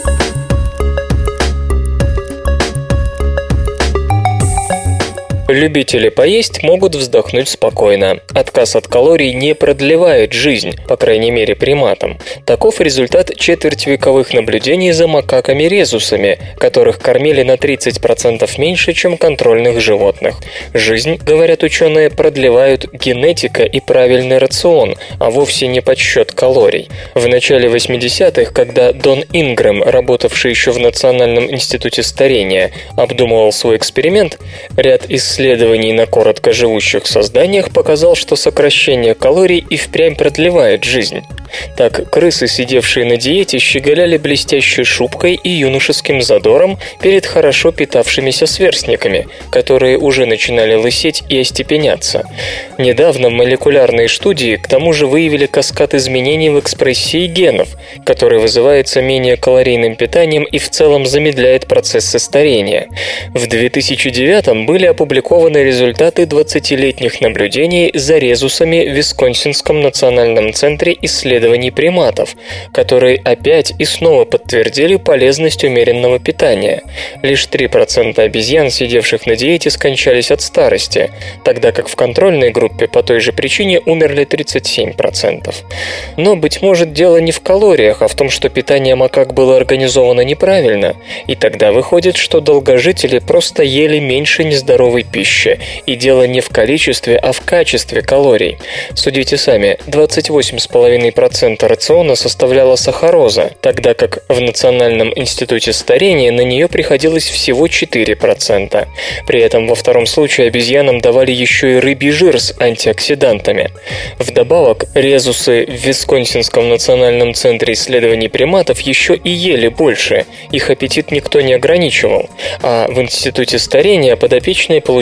Любители поесть могут вздохнуть спокойно. Отказ от калорий не продлевает жизнь, по крайней мере приматам. Таков результат четвертьвековых наблюдений за макаками-резусами, которых кормили на тридцать процентов меньше, чем контрольных животных. Жизнь, говорят ученые, продлевают генетика и правильный рацион, а вовсе не подсчет калорий. В начале восьмидесятых, когда Дон Ингрэм, работавший еще в Национальном институте старения, обдумывал свой эксперимент, ряд исследований Исследований на короткоживущих созданиях показал, что сокращение калорий и впрямь продлевает жизнь. Так, крысы, сидевшие на диете, щеголяли блестящей шубкой и юношеским задором перед хорошо питавшимися сверстниками, которые уже начинали лысеть и остепеняться. Недавно молекулярные студии к тому же выявили каскад изменений в экспрессии генов, который вызывается менее калорийным питанием и в целом замедляет процессы старения. В две тысячи девятом были опубликованы результаты двадцатилетних наблюдений за резусами в Висконсинском национальном центре исследований приматов, которые опять и снова подтвердили полезность умеренного питания. Лишь три процента обезьян, сидевших на диете, скончались от старости, тогда как в контрольной группе по той же причине умерли тридцать семь процентов. Но, быть может, дело не в калориях, а в том, что питание макак было организовано неправильно, и тогда выходит, что долгожители просто ели меньше нездоровой пищи, и дело не в количестве, а в качестве калорий. Судите сами, двадцать восемь целых пять десятых процента рациона составляла сахароза, тогда как в Национальном институте старения на нее приходилось всего четыре процента. При этом во втором случае обезьянам давали еще и рыбий жир с антиоксидантами. Вдобавок, резусы в Висконсинском национальном центре исследований приматов еще и ели больше, их аппетит никто не ограничивал, а в институте старения подопечные получали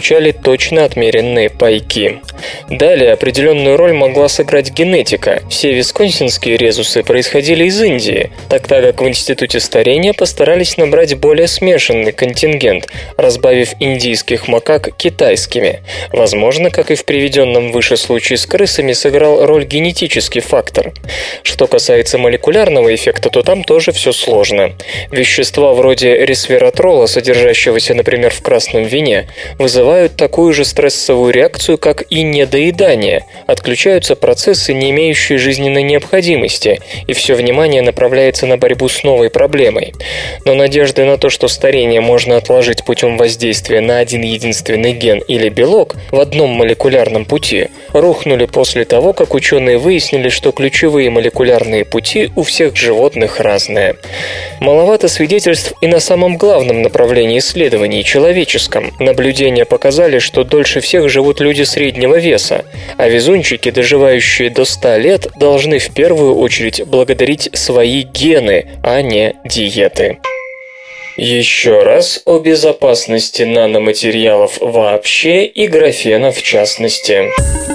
получали точно отмеренные пайки. Далее определенную роль могла сыграть генетика. Все висконсинские резусы происходили из Индии, тогда как в Институте старения постарались набрать более смешанный контингент, разбавив индийских макак китайскими. Возможно, как и в приведенном выше случае с крысами, сыграл роль генетический фактор. Что касается молекулярного эффекта, то там тоже все сложно. Вещества вроде ресвератрола, содержащегося, например, в красном вине, вызывают такую же стрессовую реакцию, как и недоедание. Отключаются процессы, не имеющие жизненной необходимости, и все внимание направляется на борьбу с новой проблемой. Но надежды на то, что старение можно отложить путем воздействия на один единственный ген или белок в одном молекулярном пути, рухнули после того, как ученые выяснили, что ключевые молекулярные пути у всех животных разные. Маловато свидетельств и на самом главном направлении исследований – человеческом. Наблюдения показали, что дольше всех живут люди среднего веса, а везунчики, доживающие до ста лет, должны в первую очередь благодарить свои гены, а не диеты. Еще раз о безопасности наноматериалов вообще и графена в частности.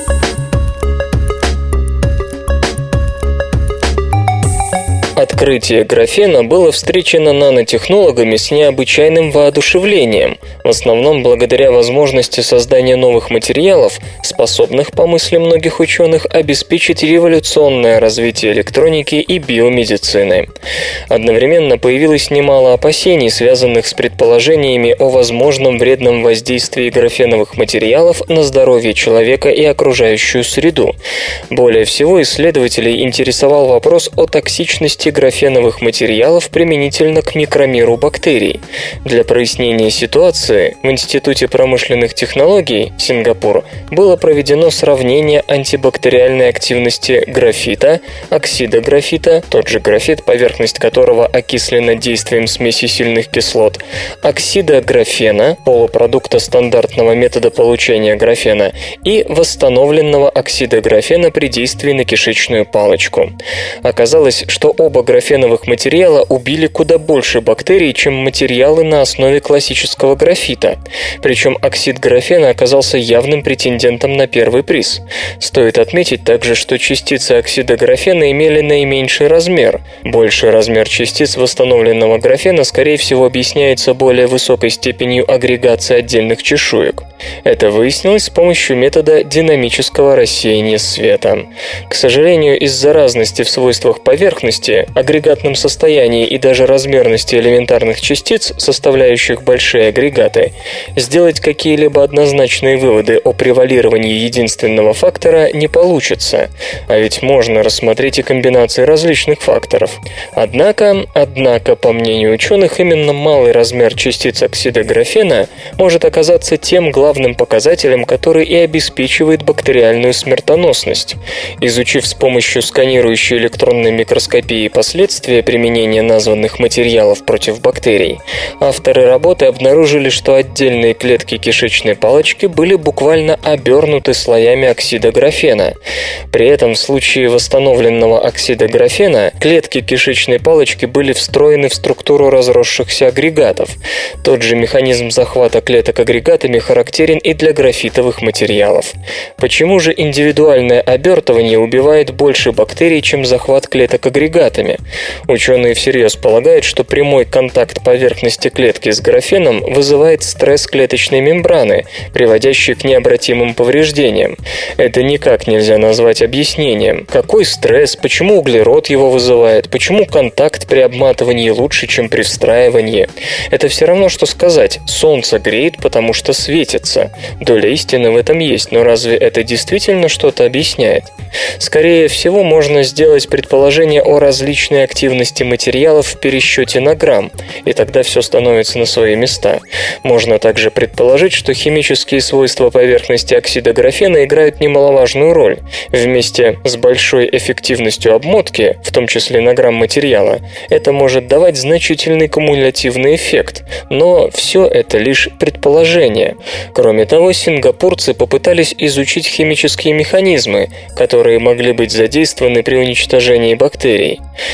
Открытие графена было встречено нанотехнологами с необычайным воодушевлением, в основном благодаря возможности создания новых материалов, способных, по мысли многих ученых, обеспечить революционное развитие электроники и биомедицины. Одновременно появилось немало опасений, связанных с предположениями о возможном вредном воздействии графеновых материалов на здоровье человека и окружающую среду. Более всего исследователей интересовал вопрос о токсичности графеновых материалов применительно к микромиру бактерий. Для прояснения ситуации в Институте промышленных технологий Сингапур было проведено сравнение антибактериальной активности графита, оксида графита, тот же графит, поверхность которого окислена действием смеси сильных кислот, оксида графена, полупродукта стандартного метода получения графена, и восстановленного оксида графена при действии на кишечную палочку. Оказалось, что оба графеновых материала убили куда больше бактерий, чем материалы на основе классического графита. Причем оксид графена оказался явным претендентом на первый приз. Стоит отметить также, что частицы оксида графена имели наименьший размер. Больший размер частиц восстановленного графена, скорее всего, объясняется более высокой степенью агрегации отдельных чешуек. Это выяснилось с помощью метода динамического рассеяния света. К сожалению, из-за разности в свойствах поверхности, агрегатном состоянии и даже размерности элементарных частиц, составляющих большие агрегаты, сделать какие-либо однозначные выводы о превалировании единственного фактора не получится, а ведь можно рассмотреть и комбинации различных факторов. Однако, однако, по мнению ученых, именно малый размер частиц оксида графена может оказаться тем главным показателем, который и обеспечивает бактериальную смертоносность. Изучив с помощью сканирующей электронной микроскопии последствия применения названных материалов против бактерий, авторы работы обнаружили, что отдельные клетки кишечной палочки были буквально обернуты слоями оксида графена. При этом в случае восстановленного оксида графена клетки кишечной палочки были встроены в структуру разросшихся агрегатов. Тот же механизм захвата клеток агрегатами характерен и для графитовых материалов. Почему же индивидуальное обертывание убивает больше бактерий, чем захват клеток агрегатами? Ученые всерьез полагают, что прямой контакт поверхности клетки с графеном вызывает стресс клеточной мембраны, приводящий к необратимым повреждениям. Это никак нельзя назвать объяснением. Какой стресс, почему углерод его вызывает, почему контакт при обматывании лучше, чем при встраивании? Это все равно, что сказать: солнце греет, потому что светится. Доля истины в этом есть, но разве это действительно что-то объясняет? Скорее всего, можно сделать предположение о различной активности материалов в пересчете на грамм, и тогда все становится на свои места. Можно также предположить, что химические свойства поверхности оксида графена играют немаловажную роль. Вместе с большой эффективностью обмотки, в том числе на грамм материала, это может давать значительный кумулятивный эффект, но все это лишь предположение. Кроме того, сингапурцы попытались изучить химические механизмы, которые могли быть задействованы при уничтожении бактерий.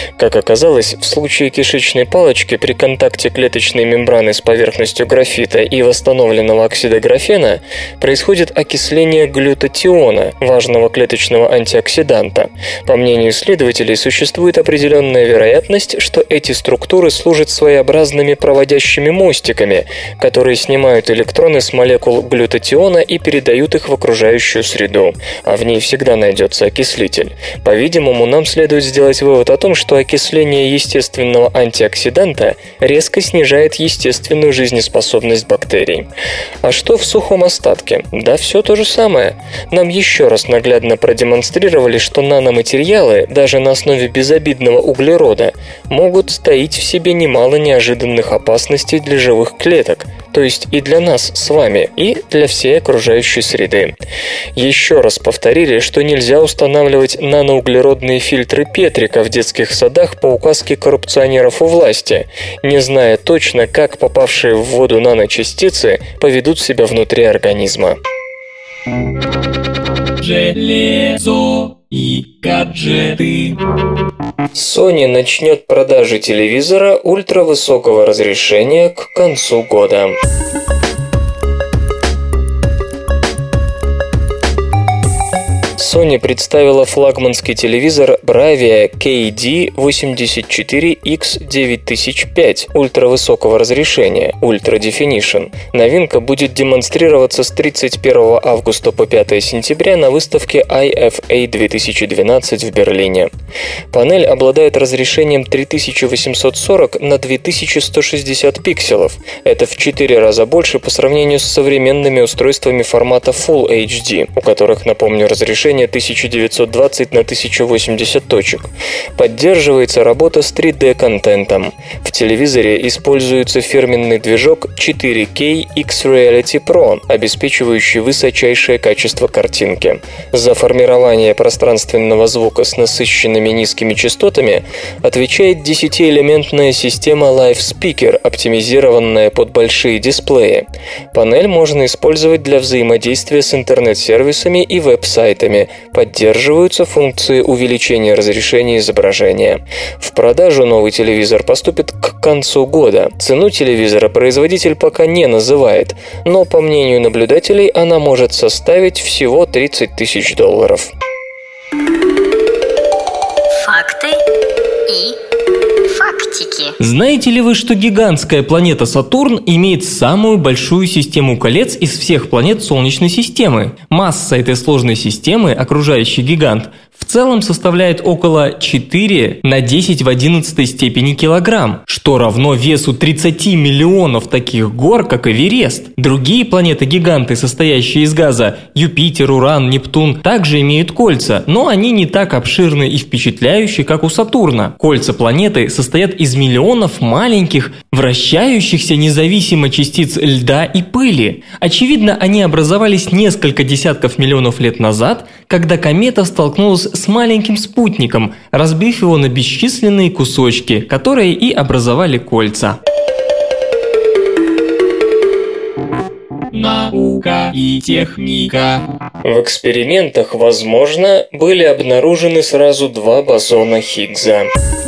Как оказалось, в случае кишечной палочки при контакте клеточной мембраны с поверхностью графита и восстановленного оксида графена происходит окисление глютатиона, важного клеточного антиоксиданта. По мнению исследователей, существует определенная вероятность, что эти структуры служат своеобразными проводящими мостиками, которые снимают электроны с молекул глютатиона и передают их в окружающую среду, а в ней всегда найдется окислитель. По-видимому, нам следует сделать вывод о том, что окисление естественного антиоксиданта резко снижает естественную жизнеспособность бактерий. А что в сухом остатке? Да все то же самое. Нам еще раз наглядно продемонстрировали, что наноматериалы, даже на основе безобидного углерода, могут таить в себе немало неожиданных опасностей для живых клеток, то есть и для нас с вами, и для всей окружающей среды. Еще раз повторили, что нельзя устанавливать наноуглеродные фильтры Петрика в детских садах по указке коррупционеров у власти, не зная точно, как попавшие в воду наночастицы поведут себя внутри организма. Железо и гаджеты. Sony начнет продажи телевизора ультравысокого разрешения к концу года. Sony представила флагманский телевизор Bravia кей ди восемьдесят четыре икс девять тысяч пять ультравысокого разрешения Ultra Definition. Новинка будет демонстрироваться с тридцать первого августа по пятого сентября на выставке ай эф эй две тысячи двенадцать в Берлине. Панель обладает разрешением три тысячи восемьсот сорок на две тысячи сто шестьдесят пикселов. Это в четыре раза больше по сравнению с современными устройствами формата Full эйч ди, у которых, напомню, разрешение тысяча девятьсот двадцать на тысяча восемьдесят точек. Поддерживается работа с три дэ контентом. В телевизоре используется фирменный движок четыре кей X-Reality Pro, обеспечивающий высочайшее качество картинки. За формирование пространственного звука с насыщенными низкими частотами отвечает десятиэлементная система Live Speaker, оптимизированная под большие дисплеи. Панель можно использовать для взаимодействия с интернет-сервисами и веб-сайтами. Поддерживаются функции увеличения разрешения изображения. В продажу новый телевизор поступит к концу года. Цену телевизора производитель пока не называет, но, по мнению наблюдателей, она может составить всего тридцать тысяч долларов. Факты и фактики. Знаете ли вы, что гигантская планета Сатурн имеет самую большую систему колец из всех планет Солнечной системы? Масса этой сложной системы, окружающий гигант, в целом составляет около четыре на десять в одиннадцатой степени килограмм, что равно весу тридцати миллионов таких гор, как Эверест. Другие планеты-гиганты, состоящие из газа, Юпитер, Уран, Нептун, также имеют кольца, но они не так обширны и впечатляющие, как у Сатурна. Кольца планеты состоят из миллионов маленьких, вращающихся независимо частиц льда и пыли. Очевидно, они образовались несколько десятков миллионов лет назад, когда комета столкнулась с маленьким спутником, разбив его на бесчисленные кусочки, которые и образовали кольца. Наука и техника. В экспериментах, возможно, были обнаружены сразу два бозона Хиггса.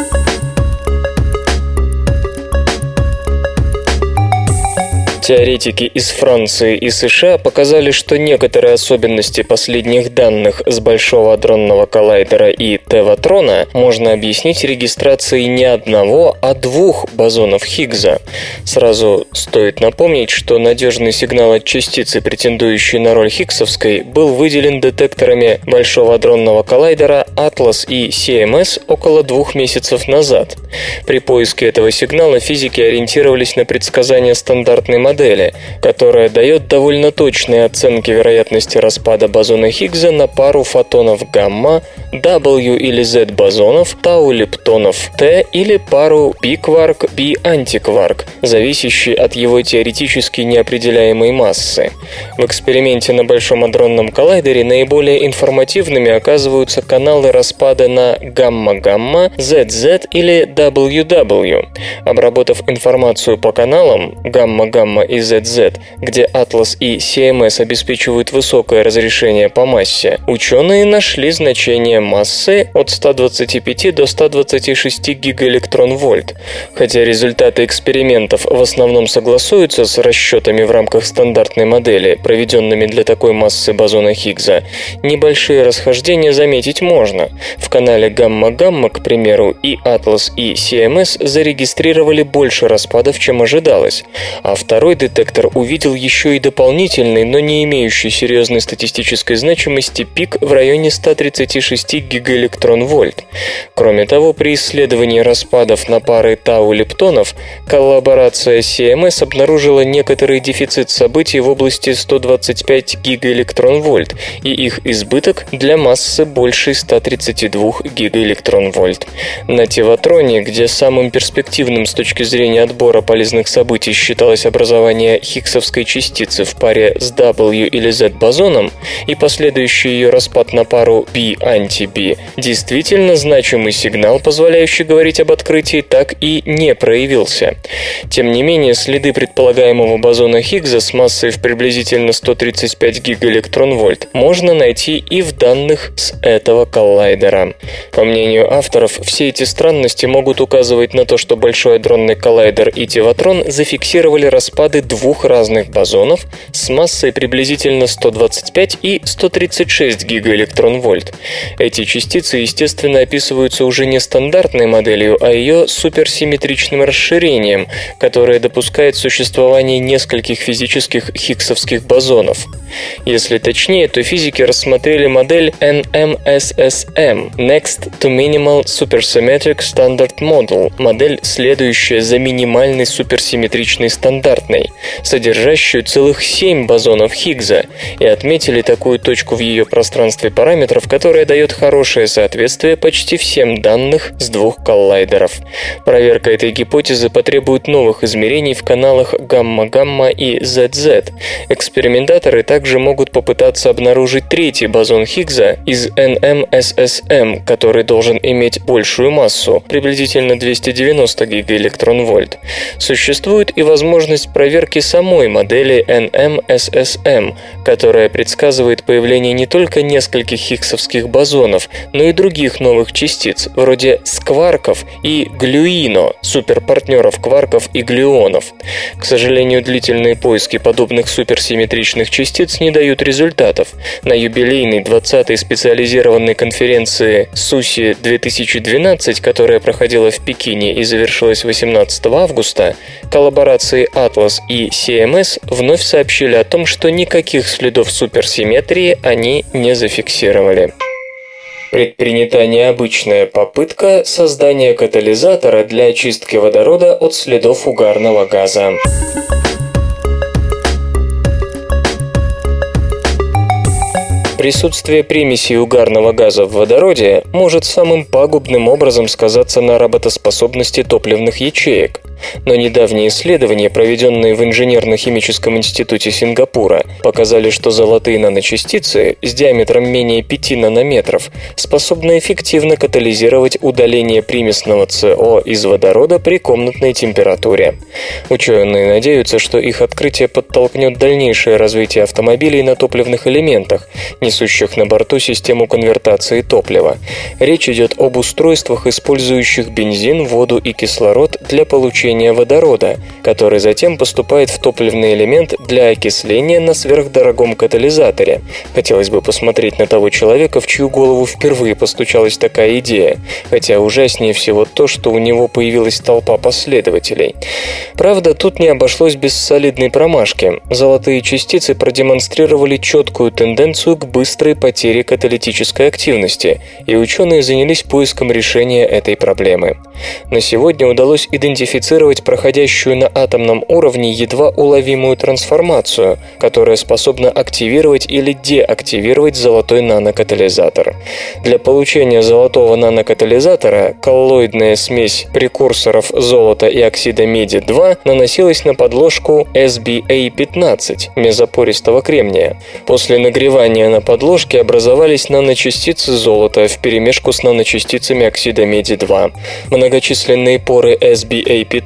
Теоретики из Франции и США показали, что некоторые особенности последних данных с Большого адронного коллайдера и Теватрона можно объяснить регистрацией не одного, а двух бозонов Хиггса. Сразу стоит напомнить, что надежный сигнал от частицы, претендующей на роль хиггсовской, был выделен детекторами Большого адронного коллайдера Atlas и си эм эс около двух месяцев назад. При поиске этого сигнала физики ориентировались на предсказания стандартной модели, которая дает довольно точные оценки вероятности распада бозона Хиггса на пару фотонов гамма, W или Z бозонов, тау лептонов T или пару p-кварк, p-антикварк, зависящий от его теоретически неопределяемой массы. В эксперименте на Большом адронном коллайдере наиболее информативными оказываются каналы распада на гамма-гамма, зет зет или дабл ю дабл ю. Обработав информацию по каналам гамма-гамма и зет зет, где Atlas и си эм эс обеспечивают высокое разрешение по массе, ученые нашли значение массы от ста двадцати пяти до ста двадцати шести гигаэлектрон-вольт. Хотя результаты экспериментов в основном согласуются с расчетами в рамках стандартной модели, проведенными для такой массы бозона Хиггса, небольшие расхождения заметить можно. В канале гамма-гамма, к примеру, и Atlas, и си эм эс зарегистрировали больше распадов, чем ожидалось, а второй детектор увидел еще и дополнительный, но не имеющий серьезной статистической значимости пик в районе ста тридцати шести гигаэлектрон-вольт. Кроме того, при исследовании распадов на пары тау-лептонов коллаборация си эм эс обнаружила некоторый дефицит событий в области сто двадцать пять гигаэлектрон-вольт и их избыток для массы большей ста тридцати двух гигаэлектрон-вольт. На Теватроне, где самым перспективным с точки зрения отбора полезных событий считалось образование хиггсовской частицы в паре с W или Z бозоном и последующий ее распад на пару B-анти-B, действительно значимый сигнал, позволяющий говорить об открытии, так и не проявился. Тем не менее, следы предполагаемого бозона Хиггса с массой в приблизительно сто тридцать пять гигаэлектрон-вольт можно найти и в данных с этого коллайдера. По мнению авторов, все эти странности могут указывать на то, что Большой адронный коллайдер и Теватрон зафиксировали распады двух разных бозонов с массой приблизительно сто двадцать пять и сто тридцать шесть гигаэлектрон-вольт. Эти частицы, естественно, описываются уже не стандартной моделью, а ее суперсимметричным расширением, которое допускает существование нескольких физических хиггсовских бозонов. Если точнее, то физики рассмотрели модель эн эм эс эс эм – Next to Minimal Supersymmetric Standard Model, модель, следующая за минимальной суперсимметричной стандартной, содержащую целых семь бозонов Хиггса, и отметили такую точку в ее пространстве параметров, которая дает хорошее соответствие почти всем данных с двух коллайдеров. Проверка этой гипотезы потребует новых измерений в каналах гамма-гамма и зет зет. Экспериментаторы также могут попытаться обнаружить третий бозон Хиггса из эн эм эс эс эм, который должен иметь большую массу, приблизительно двести девяносто гигаэлектрон-вольт. Существует и возможность проверки самой модели эн эм эс эс эм, которая предсказывает появление не только нескольких хиггсовских бозонов, но и других новых частиц, вроде скварков и глюино, суперпартнеров кварков и глюонов. К сожалению, длительные поиски подобных суперсимметричных частиц не дают результатов. На юбилейной двадцатой специализированной конференции суси две тысячи двенадцать, которая проходила в Пекине и завершилась восемнадцатого августа, коллаборации Atlas и си эм эс вновь сообщили о том, что никаких следов суперсимметрии они не зафиксировали. Предпринята необычная попытка создания катализатора для очистки водорода от следов угарного газа. Присутствие примесей угарного газа в водороде может самым пагубным образом сказаться на работоспособности топливных ячеек. Но недавние исследования, проведенные в Инженерно-химическом институте Сингапура, показали, что золотые наночастицы с диаметром менее пяти нанометров способны эффективно катализировать удаление примесного СО из водорода при комнатной температуре. Ученые надеются, что их открытие подтолкнет дальнейшее развитие автомобилей на топливных элементах, несущих на борту систему конвертации топлива. Речь идет об устройствах, использующих бензин, воду и кислород для получения водорода, который затем поступает в топливный элемент для окисления на сверхдорогом катализаторе. Хотелось бы посмотреть на того человека, в чью голову впервые постучалась такая идея, хотя ужаснее всего то, что у него появилась толпа последователей. Правда, тут не обошлось без солидной промашки. Золотые частицы продемонстрировали четкую тенденцию к быстрой потере каталитической активности, и ученые занялись поиском решения этой проблемы. На сегодня удалось идентифицировать проходящую на атомном уровне едва уловимую трансформацию, которая способна активировать или деактивировать золотой нанокатализатор. Для получения золотого нанокатализатора коллоидная смесь прекурсоров золота и оксида меди два наносилась на подложку эс би эй пятнадцать мезопористого кремния. После нагревания на подложке образовались наночастицы золота вперемешку с наночастицами оксида меди два. Многочисленные поры эс би эй пятнадцать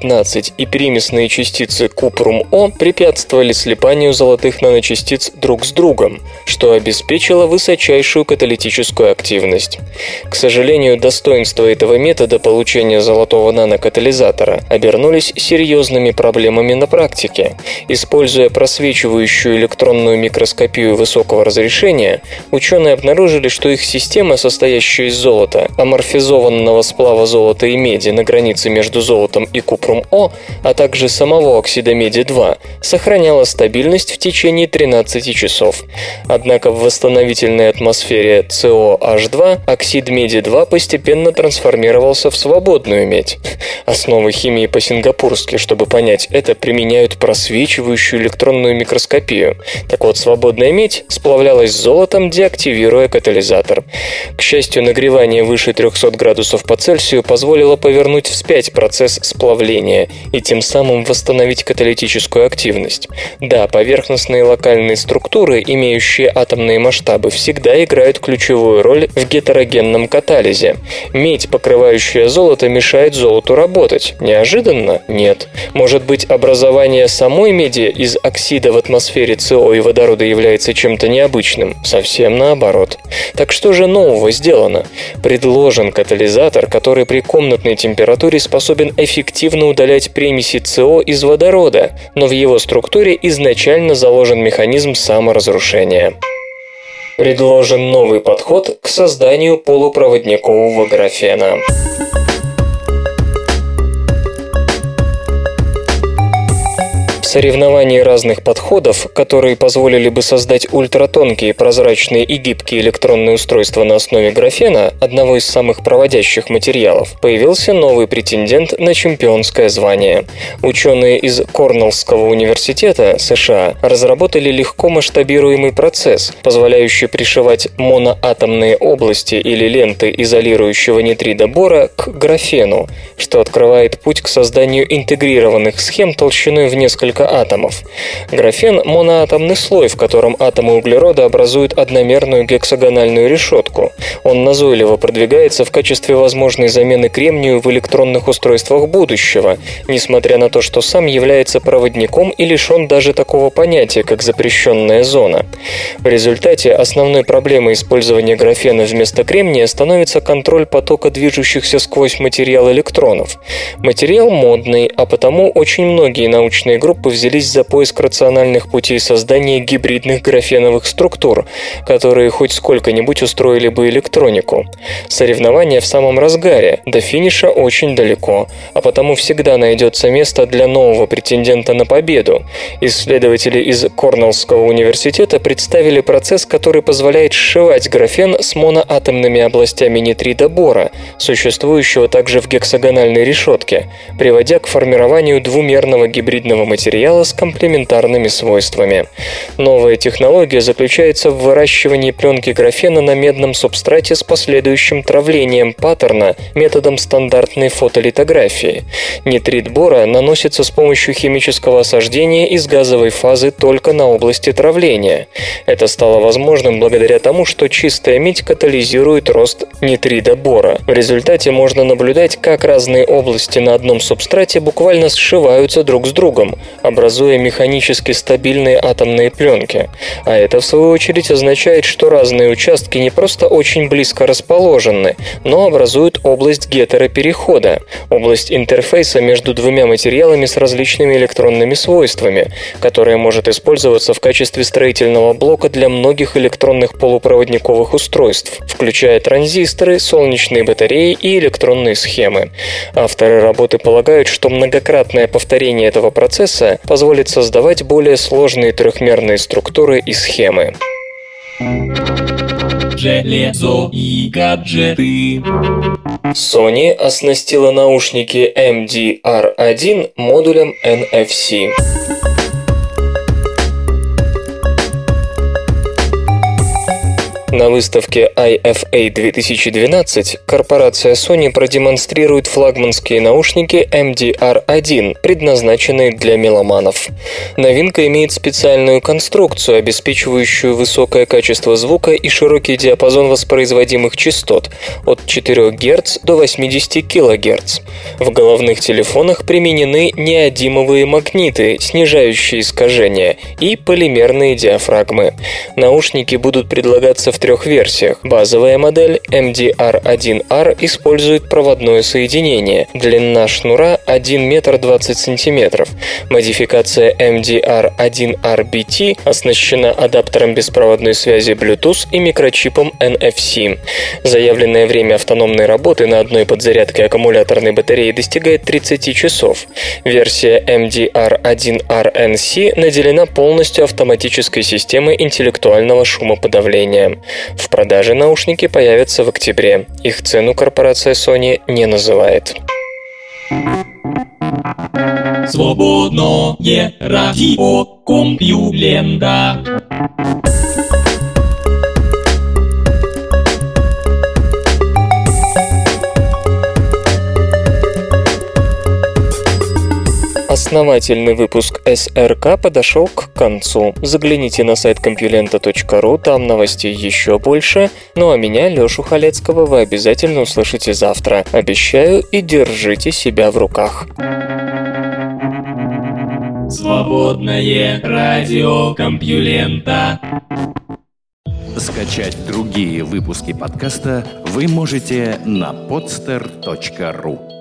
пятнадцать и примесные частицы купрум-О препятствовали слипанию золотых наночастиц друг с другом, что обеспечило высочайшую каталитическую активность. К сожалению, достоинства этого метода получения золотого нанокатализатора обернулись серьезными проблемами на практике. Используя просвечивающую электронную микроскопию высокого разрешения, ученые обнаружили, что их система, состоящая из золота, аморфизованного сплава золота и меди на границе между золотом и купрум-О, а также самого оксида меди-два, сохраняла стабильность в течение тринадцати часов. Однако в восстановительной атмосфере Си О Эйч два оксид меди-два постепенно трансформировался в свободную медь. Основы химии по-сингапурски, чтобы понять это, применяют просвечивающую электронную микроскопию. Так вот, свободная медь сплавлялась с золотом, деактивируя катализатор. К счастью, нагревание выше трехсот градусов по Цельсию позволило повернуть вспять процесс сплавления и тем самым восстановить каталитическую активность. Да, поверхностные локальные структуры, имеющие атомные масштабы, всегда играют ключевую роль в гетерогенном катализе. Медь, покрывающая золото, мешает золоту работать. Неожиданно? Нет. Может быть, образование самой меди из оксида в атмосфере Си О и водорода является чем-то необычным? Совсем наоборот. Так что же нового сделано? Предложен катализатор, который при комнатной температуре способен эффективно удалять примеси Си О из водорода, но в его структуре изначально заложен механизм саморазрушения. Предложен новый подход к созданию полупроводникового графена. В соревновании разных подходов, которые позволили бы создать ультратонкие, прозрачные и гибкие электронные устройства на основе графена, одного из самых проводящих материалов, появился новый претендент на чемпионское звание. Ученые из Корнеллского университета США разработали легко масштабируемый процесс, позволяющий пришивать моноатомные области или ленты изолирующего нитрида бора к графену, что открывает путь к созданию интегрированных схем толщиной в несколько атомов. Графен – моноатомный слой, в котором атомы углерода образуют одномерную гексагональную решетку. Он назойливо продвигается в качестве возможной замены кремнию в электронных устройствах будущего, несмотря на то, что сам является проводником и лишен даже такого понятия, как запрещенная зона. В результате основной проблемой использования графена вместо кремния становится контроль потока движущихся сквозь материал электронов. Материал модный, а потому очень многие научные группы взялись за поиск рациональных путей создания гибридных графеновых структур, которые хоть сколько-нибудь устроили бы электронику. Соревнования в самом разгаре, до финиша очень далеко, а потому всегда найдется место для нового претендента на победу. Исследователи из Корнеллского университета представили процесс, который позволяет сшивать графен с моноатомными областями нитрида бора, существующего также в гексагональной решетке, приводя к формированию двумерного гибридного материала с комплементарными свойствами. Новая технология заключается в выращивании пленки графена на медном субстрате с последующим травлением паттерна методом стандартной фотолитографии. Нитрид бора наносится с помощью химического осаждения из газовой фазы только на области травления. Это стало возможным благодаря тому, что чистая медь катализирует рост нитрида бора. В результате можно наблюдать, как разные области на одном субстрате буквально сшиваются друг с другом, образуя механически стабильные атомные пленки. А это, в свою очередь, означает, что разные участки не просто очень близко расположены, но образуют область гетероперехода, область интерфейса между двумя материалами с различными электронными свойствами, которая может использоваться в качестве строительного блока для многих электронных полупроводниковых устройств, включая транзисторы, солнечные батареи и электронные схемы. Авторы работы полагают, что многократное повторение этого процесса позволит создавать более сложные трехмерные структуры и схемы. Железо и гаджеты. Sony оснастила наушники эм ди ар один модулем эн эф си. На выставке ай эф эй две тысячи двенадцать корпорация Sony продемонстрирует флагманские наушники эм ди ар один, предназначенные для меломанов. Новинка имеет специальную конструкцию, обеспечивающую высокое качество звука и широкий диапазон воспроизводимых частот от четырёх герц до восьмидесяти килогерц. В головных телефонах применены неодимовые магниты, снижающие искажения, и полимерные диафрагмы. Наушники будут предлагаться в трех версиях. Базовая модель эм ди ар один ар использует проводное соединение. Длина шнура один метр двадцать сантиметров. Модификация эм ди ар один ар би ти оснащена адаптером беспроводной связи Bluetooth и микрочипом эн эф си. Заявленное время автономной работы на одной подзарядке аккумуляторной батареи достигает тридцать часов. Версия эм ди ар один ар эн си наделена полностью автоматической системой интеллектуального шумоподавления. В продаже наушники появятся в октябре. Их цену корпорация Sony не называет. Свободное радио Компьюлента. Основательный выпуск эс эр ка подошел к концу. Загляните на сайт компьюлента точка ру, там новостей еще больше. Ну а меня, Лешу Халецкого, вы обязательно услышите завтра. Обещаю, и держите себя в руках. Свободное радио Компьюлента. Скачать другие выпуски подкаста вы можете на подстер точка ру.